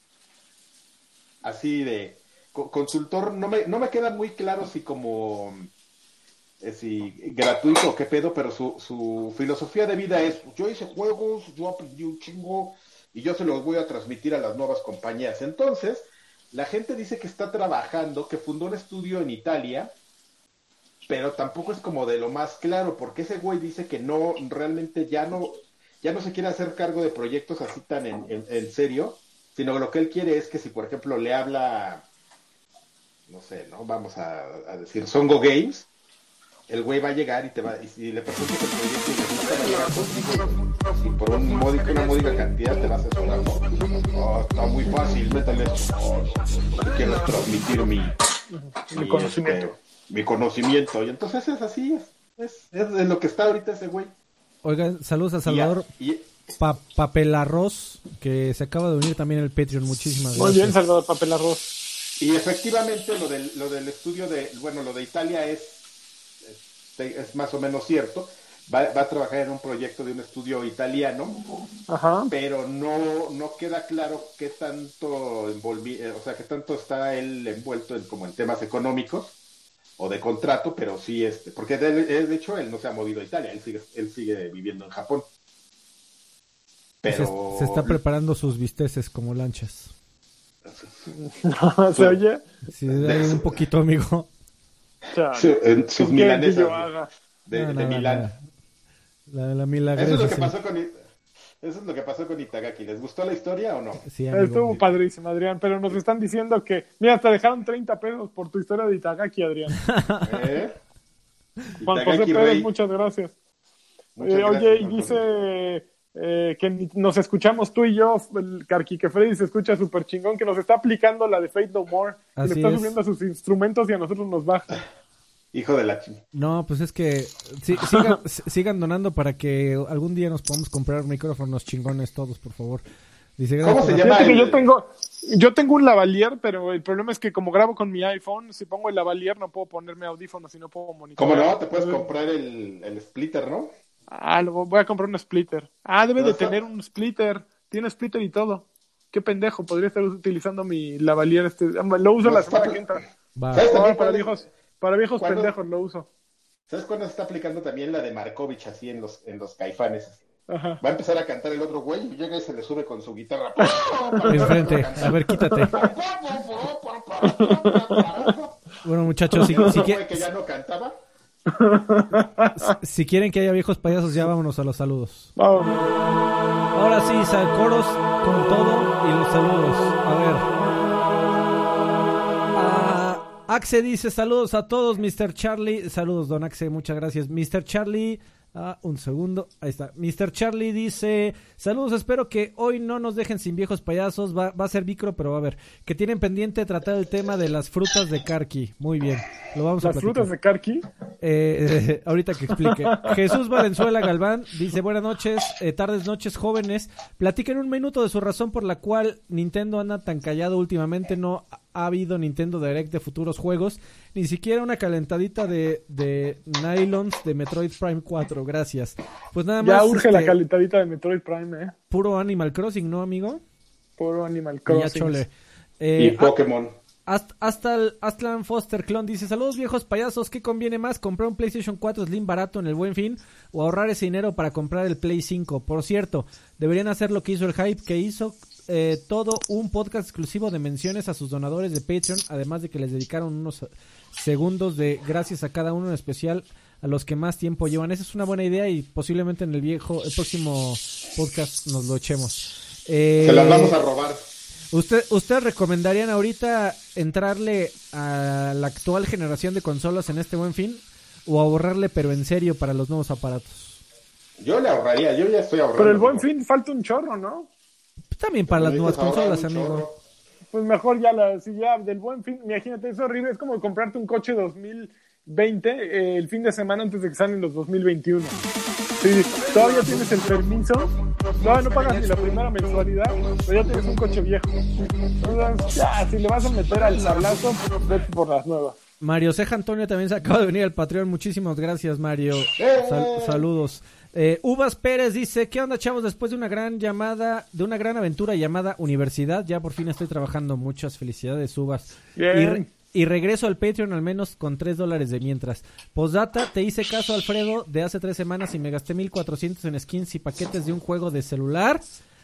[SPEAKER 2] Así de... co- Consultor, no me, no me queda muy claro si como... eh, si gratuito o qué pedo, pero su, su filosofía de vida es, yo hice juegos, yo aprendí un chingo y yo se los voy a transmitir a las nuevas compañías. Entonces, la gente dice que está trabajando, que fundó un estudio en Italia, pero tampoco es como de lo más claro, porque ese güey dice que no, realmente ya no, ya no se quiere hacer cargo de proyectos así tan en, en, en serio, sino que lo que él quiere es que si, por ejemplo, le habla, no sé, ¿no? Vamos a, a decir Songo Games, el güey va a llegar y te va, y si le presentas el proyecto y le gusta llegar contigo, y por un módico, una módica cantidad te vas a asesorar, ¿no? Oh, está muy fácil, métale esto. Oh, no, lo que quiero es transmitir mi,
[SPEAKER 3] Mi conocimiento.
[SPEAKER 2] este, mi conocimiento. Y entonces es así, es, es, es de lo que está ahorita ese güey.
[SPEAKER 1] Oigan, saludos a
[SPEAKER 2] Y,
[SPEAKER 1] Salvador
[SPEAKER 2] a- y-
[SPEAKER 1] Pa- Papelarroz, que se acaba de unir también al Patreon. Muchísimas
[SPEAKER 3] Muy bien,
[SPEAKER 1] gracias.
[SPEAKER 3] Salvador Papel Arroz.
[SPEAKER 2] y efectivamente lo del, lo del estudio de, bueno, lo de Italia es, es, es más o menos cierto. Va, va a trabajar en un proyecto de un estudio italiano,
[SPEAKER 3] Ajá.
[SPEAKER 2] pero no, no queda claro qué tanto envolvi- eh, o sea, qué tanto está él envuelto en, como en temas económicos o de contrato, pero sí este, porque de, de hecho él no se ha movido a Italia, él sigue, él sigue viviendo en Japón. Pero
[SPEAKER 1] Se, se está preparando sus bisteces como lanchas.
[SPEAKER 3] ¿Se oye?
[SPEAKER 1] Sí, hay un poquito, amigo.
[SPEAKER 3] Chale.
[SPEAKER 2] su- en sus
[SPEAKER 3] ¿Qué que
[SPEAKER 2] milanesas
[SPEAKER 3] yo haga?
[SPEAKER 2] de,
[SPEAKER 1] No,
[SPEAKER 2] de
[SPEAKER 1] no, no,
[SPEAKER 2] Milán.
[SPEAKER 1] no. La, la
[SPEAKER 2] Eso
[SPEAKER 1] milagresa.
[SPEAKER 2] es lo que
[SPEAKER 1] sí.
[SPEAKER 2] pasó con I- eso es lo que pasó con Itagaki. ¿Les gustó la historia o no?
[SPEAKER 1] Sí, amigo.
[SPEAKER 3] Estuvo padrísimo, Adrián, pero nos están diciendo que, mira, te dejaron treinta pesos por tu historia de Itagaki, Adrián.
[SPEAKER 2] ¿Eh?
[SPEAKER 3] Juan José
[SPEAKER 2] Itagaki
[SPEAKER 3] Pérez,
[SPEAKER 2] Rey,
[SPEAKER 3] muchas gracias.
[SPEAKER 2] muchas
[SPEAKER 3] Eh,
[SPEAKER 2] gracias,
[SPEAKER 3] oye, y
[SPEAKER 2] Juan
[SPEAKER 3] dice
[SPEAKER 2] José.
[SPEAKER 3] eh, que ni- nos escuchamos tú y yo, el Carqui, que Freddy se escucha súper chingón, que nos está aplicando la de Fate No More, que
[SPEAKER 1] Así
[SPEAKER 3] le está
[SPEAKER 1] es.
[SPEAKER 3] subiendo a sus instrumentos y a nosotros nos baja.
[SPEAKER 2] Hijo de la ching.
[SPEAKER 1] No, pues es que sí, sigan, s- sigan donando para que algún día nos podamos comprar micrófonos chingones todos, por favor. Dice, gracias
[SPEAKER 2] ¿Cómo
[SPEAKER 1] por
[SPEAKER 2] se
[SPEAKER 1] la-
[SPEAKER 2] llama?
[SPEAKER 3] Fíjate que
[SPEAKER 2] el-
[SPEAKER 3] yo tengo, yo tengo un lavalier, pero el problema es que como grabo con mi iPhone, si pongo el lavalier no puedo ponerme audífonos y no puedo monitorear.
[SPEAKER 2] ¿Cómo no? Te puedes comprar el, el splitter, ¿no?
[SPEAKER 3] Ah, luego voy a comprar un splitter. Ah, debe
[SPEAKER 2] No,
[SPEAKER 3] de
[SPEAKER 2] está-
[SPEAKER 3] tener un splitter. Tiene splitter y todo. Qué pendejo, podría estar utilizando mi lavalier este. Lo uso
[SPEAKER 2] No,
[SPEAKER 3] la
[SPEAKER 2] está-
[SPEAKER 3] semana que entra.
[SPEAKER 1] Va.
[SPEAKER 2] ¿Sabes
[SPEAKER 3] Ah,
[SPEAKER 2] también
[SPEAKER 3] para
[SPEAKER 2] cuál es-
[SPEAKER 3] viejos, para viejos
[SPEAKER 2] ¿Cuándo?
[SPEAKER 3] pendejos lo uso.
[SPEAKER 2] ¿Sabes cuándo se está aplicando también la de Markovich así en los, en los Caifanes?
[SPEAKER 3] Ajá.
[SPEAKER 2] Va a empezar a cantar el otro güey y llega y se le sube con su guitarra.
[SPEAKER 1] Enfrente. A ver, quítate. Bueno, muchachos, si,
[SPEAKER 2] El otro
[SPEAKER 1] si,
[SPEAKER 2] güey
[SPEAKER 1] qui-
[SPEAKER 2] que ya no cantaba.
[SPEAKER 1] si- si quieren que haya viejos payasos, ya vámonos a los saludos.
[SPEAKER 3] Vamos.
[SPEAKER 1] Ahora sí, Salcoros con todo y los saludos. A ver. Ah, Axe dice saludos a todos, mister Charlie. Saludos, don Axe, muchas gracias. mister Charlie Ah, un segundo, ahí está. mister Charlie dice, saludos, espero que hoy no nos dejen sin viejos payasos, va, va a ser micro, pero va a ver, que tienen pendiente tratar el tema de las frutas de Karki. Muy bien, lo vamos a
[SPEAKER 3] ¿Las
[SPEAKER 1] platicar.
[SPEAKER 3] frutas de Karki?
[SPEAKER 1] Eh, eh, ahorita que explique. Jesús Valenzuela Galván dice, buenas noches, eh, tardes, noches, jóvenes, platiquen un minuto de su razón por la cual Nintendo anda tan callado últimamente, no ha habido Nintendo Direct de futuros juegos, ni siquiera una calentadita de, de nylons de Metroid Prime cuatro, gracias. Pues nada más.
[SPEAKER 3] Ya urge
[SPEAKER 1] este,
[SPEAKER 3] la calentadita de Metroid Prime, eh.
[SPEAKER 1] Puro Animal Crossing, ¿no, amigo?
[SPEAKER 3] Puro Animal
[SPEAKER 1] Y ya
[SPEAKER 3] Crossing.
[SPEAKER 1] chole. Eh,
[SPEAKER 2] Y Pokémon.
[SPEAKER 1] Hasta, hasta el Astlan Foster Clon dice, saludos viejos payasos, ¿qué conviene más? ¿Comprar un PlayStation cuatro Slim barato en el Buen Fin o ahorrar ese dinero para comprar el Play cinco? Por cierto, deberían hacer lo que hizo el Hype, que hizo eh, todo un podcast exclusivo de menciones a sus donadores de Patreon, además de que les dedicaron unos segundos de gracias a cada uno, en especial a los que más tiempo llevan. Esa es una buena idea y posiblemente en el viejo, el próximo podcast nos lo echemos. Eh,
[SPEAKER 2] Se las vamos a robar.
[SPEAKER 1] ¿Usted, ¿Ustedes recomendarían ahorita entrarle a la actual generación de consolas en este Buen Fin o ahorrarle pero en serio para los nuevos aparatos?
[SPEAKER 2] Yo le ahorraría, yo ya estoy ahorrando.
[SPEAKER 3] Pero el Buen Fin falta un chorro, ¿no?
[SPEAKER 1] También para las nuevas consolas, amigo.
[SPEAKER 2] Chorro.
[SPEAKER 3] Pues mejor ya la, si ya del Buen Fin, imagínate, es horrible, es como comprarte un coche dos mil veinte eh, el fin de semana antes de que salen los dos mil veintiuno. Sí, todavía tienes el permiso, no, no pagas ni la primera mensualidad, pero ya tienes un coche viejo. Entonces, ya, si le vas a meter al sablazo, vete por las nuevas.
[SPEAKER 1] Mario Ceja Antonio también se acaba de venir al Patreon. Muchísimas gracias, Mario.
[SPEAKER 2] ¡Eh!
[SPEAKER 1] Sal- saludos. Eh, Uvas Pérez dice, ¿qué onda, chavos? Después de una gran llamada, de una gran aventura llamada Universidad, ya por fin estoy trabajando. Muchas felicidades, Uvas.
[SPEAKER 3] Bien.
[SPEAKER 1] Y, re- y regreso al Patreon al menos con tres dólares de mientras. Postdata, te hice caso, Alfredo, de hace tres semanas y me gasté mil cuatrocientos en skins y paquetes de un juego de celular.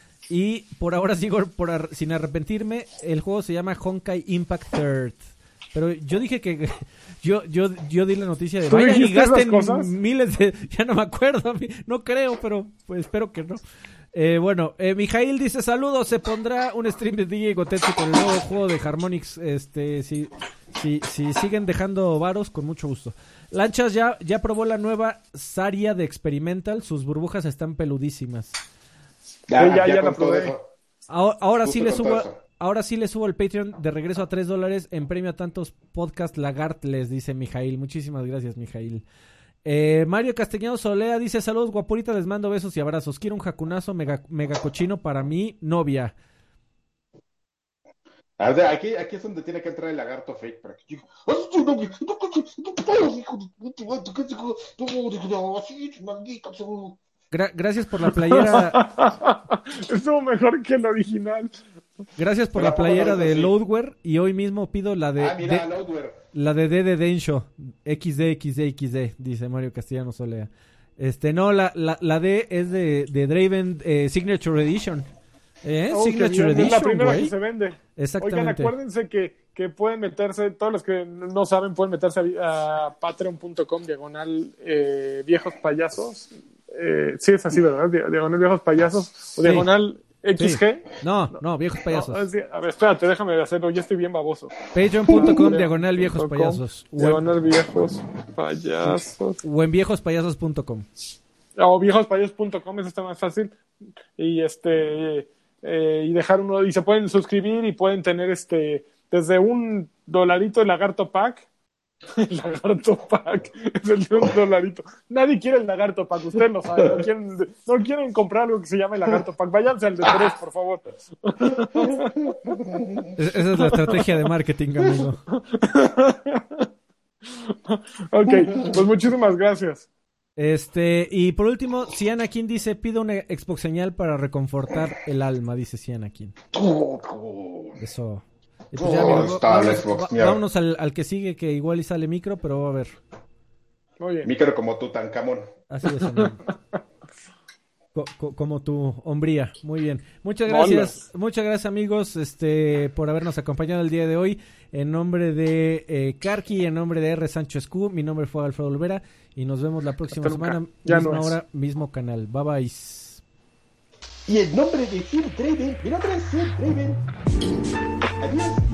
[SPEAKER 1] Y por ahora sigo por ar- sin arrepentirme. El juego se llama Honkai Impact Third. Pero yo dije que yo yo yo di la noticia de
[SPEAKER 3] ¿Tú
[SPEAKER 1] vayan y
[SPEAKER 3] dijiste esas
[SPEAKER 1] gasten
[SPEAKER 3] cosas?
[SPEAKER 1] miles de, ya no me acuerdo, no creo, pero pues espero que no. Eh, bueno, eh, Mijail dice, saludos, se pondrá un stream de D J Gotetsu con el nuevo juego de Harmonix, este, si, si, si siguen dejando varos, con mucho gusto. Lanchas ya, ya probó la nueva Saria de Experimental, sus burbujas están peludísimas.
[SPEAKER 2] Ya,
[SPEAKER 3] Sí, ya,
[SPEAKER 2] ya,
[SPEAKER 3] ya
[SPEAKER 2] con
[SPEAKER 3] la
[SPEAKER 2] todo
[SPEAKER 3] probé.
[SPEAKER 2] eso.
[SPEAKER 1] Ahora, ahora
[SPEAKER 2] Justo
[SPEAKER 1] sí le
[SPEAKER 2] con
[SPEAKER 1] subo,
[SPEAKER 2] todo eso.
[SPEAKER 1] ahora sí le subo el Patreon de regreso a tres dólares en premio a tantos podcast lagartles, dice Mijail. Muchísimas gracias, Mijail. Eh, Mario Castellanos Solea dice, saludos guapurita, les mando besos y abrazos. Quiero un jacunazo mega, mega cochino para mi novia.
[SPEAKER 2] A ver, aquí, aquí es donde tiene que entrar el lagarto fake para que diga, "Ay, tu novia, no, no puedo, hijo de puta, tu- tu- tu- tu- así, maldita, tu-".
[SPEAKER 1] Gra- gracias por la playera.
[SPEAKER 3] Estuvo mejor que el original.
[SPEAKER 1] Gracias por
[SPEAKER 2] Pero
[SPEAKER 1] la
[SPEAKER 2] ¿a poco
[SPEAKER 1] playera
[SPEAKER 2] no es
[SPEAKER 1] de
[SPEAKER 2] así?
[SPEAKER 1] Loadware. Y hoy mismo pido la de,
[SPEAKER 2] Ah, mira,
[SPEAKER 1] de-
[SPEAKER 2] Loadware.
[SPEAKER 1] la de D de Densho. X D, X D, X D, dice Mario Castellanos Solea. Este, no, la, la, la D es de, de Draven eh, Signature Edition. ¿Eh?
[SPEAKER 3] Oh, qué
[SPEAKER 1] Signature
[SPEAKER 3] bien, es la
[SPEAKER 1] Edition,
[SPEAKER 3] primera
[SPEAKER 1] güey.
[SPEAKER 3] que se vende.
[SPEAKER 1] Exactamente.
[SPEAKER 3] Oigan, acuérdense que, que pueden meterse, todos los que no saben, pueden meterse a, a patreon punto com diagonal eh, viejos payasos. Eh, sí, es así, ¿verdad? Di- Diagonal viejos payasos o
[SPEAKER 1] Sí.
[SPEAKER 3] diagonal X G.
[SPEAKER 1] Sí. No, no, viejos payasos.
[SPEAKER 3] No, es di- a ver, espérate, déjame hacerlo, yo estoy bien baboso.
[SPEAKER 1] Patreon punto com diagonal viejos
[SPEAKER 3] Patreon punto com,
[SPEAKER 1] payasos. O en,
[SPEAKER 3] Diagonal viejos payasos.
[SPEAKER 1] o en viejospayasos punto com.
[SPEAKER 3] O viejospayasos punto com, eso está más fácil. Y este eh, y dejar uno, y se pueden suscribir y pueden tener este desde un dolarito el lagarto pack. El lagarto pack es el de un dolarito. Nadie quiere el lagarto pack, ustedes lo saben. No quieren, no quieren comprar algo que se llame lagarto pack. Váyanse al de tres, por favor.
[SPEAKER 1] Es- esa es la estrategia de marketing, amigo.
[SPEAKER 3] Ok, pues muchísimas gracias.
[SPEAKER 1] Este, y por último, Cianakin dice, pido una Xbox señal para reconfortar el alma, dice Cianakin. Eso. Y pues ya,
[SPEAKER 2] Oh,
[SPEAKER 1] amigo,
[SPEAKER 2] está
[SPEAKER 1] vámonos,
[SPEAKER 2] el Xbox,
[SPEAKER 1] va-
[SPEAKER 2] mierda.
[SPEAKER 1] vámonos al, al que sigue, que igual y sale micro, pero va a ver.
[SPEAKER 3] Muy bien.
[SPEAKER 2] Micro como Tutankamón.
[SPEAKER 1] Así es, amigo. Co- co- como tu hombría. Muy bien. Muchas gracias, muchas gracias, amigos, este, por habernos acompañado el día de hoy. En nombre de eh, Karki, en nombre de R. Sánchez Q, mi nombre fue Alfredo Olvera y nos vemos la próxima
[SPEAKER 3] Hasta nunca.
[SPEAKER 1] semana,
[SPEAKER 3] Ya
[SPEAKER 1] misma
[SPEAKER 3] no es.
[SPEAKER 1] hora, mismo canal. Bye bye.
[SPEAKER 2] Y el nombre de Sir Draven, mi nombre es Sir Draven. Adiós.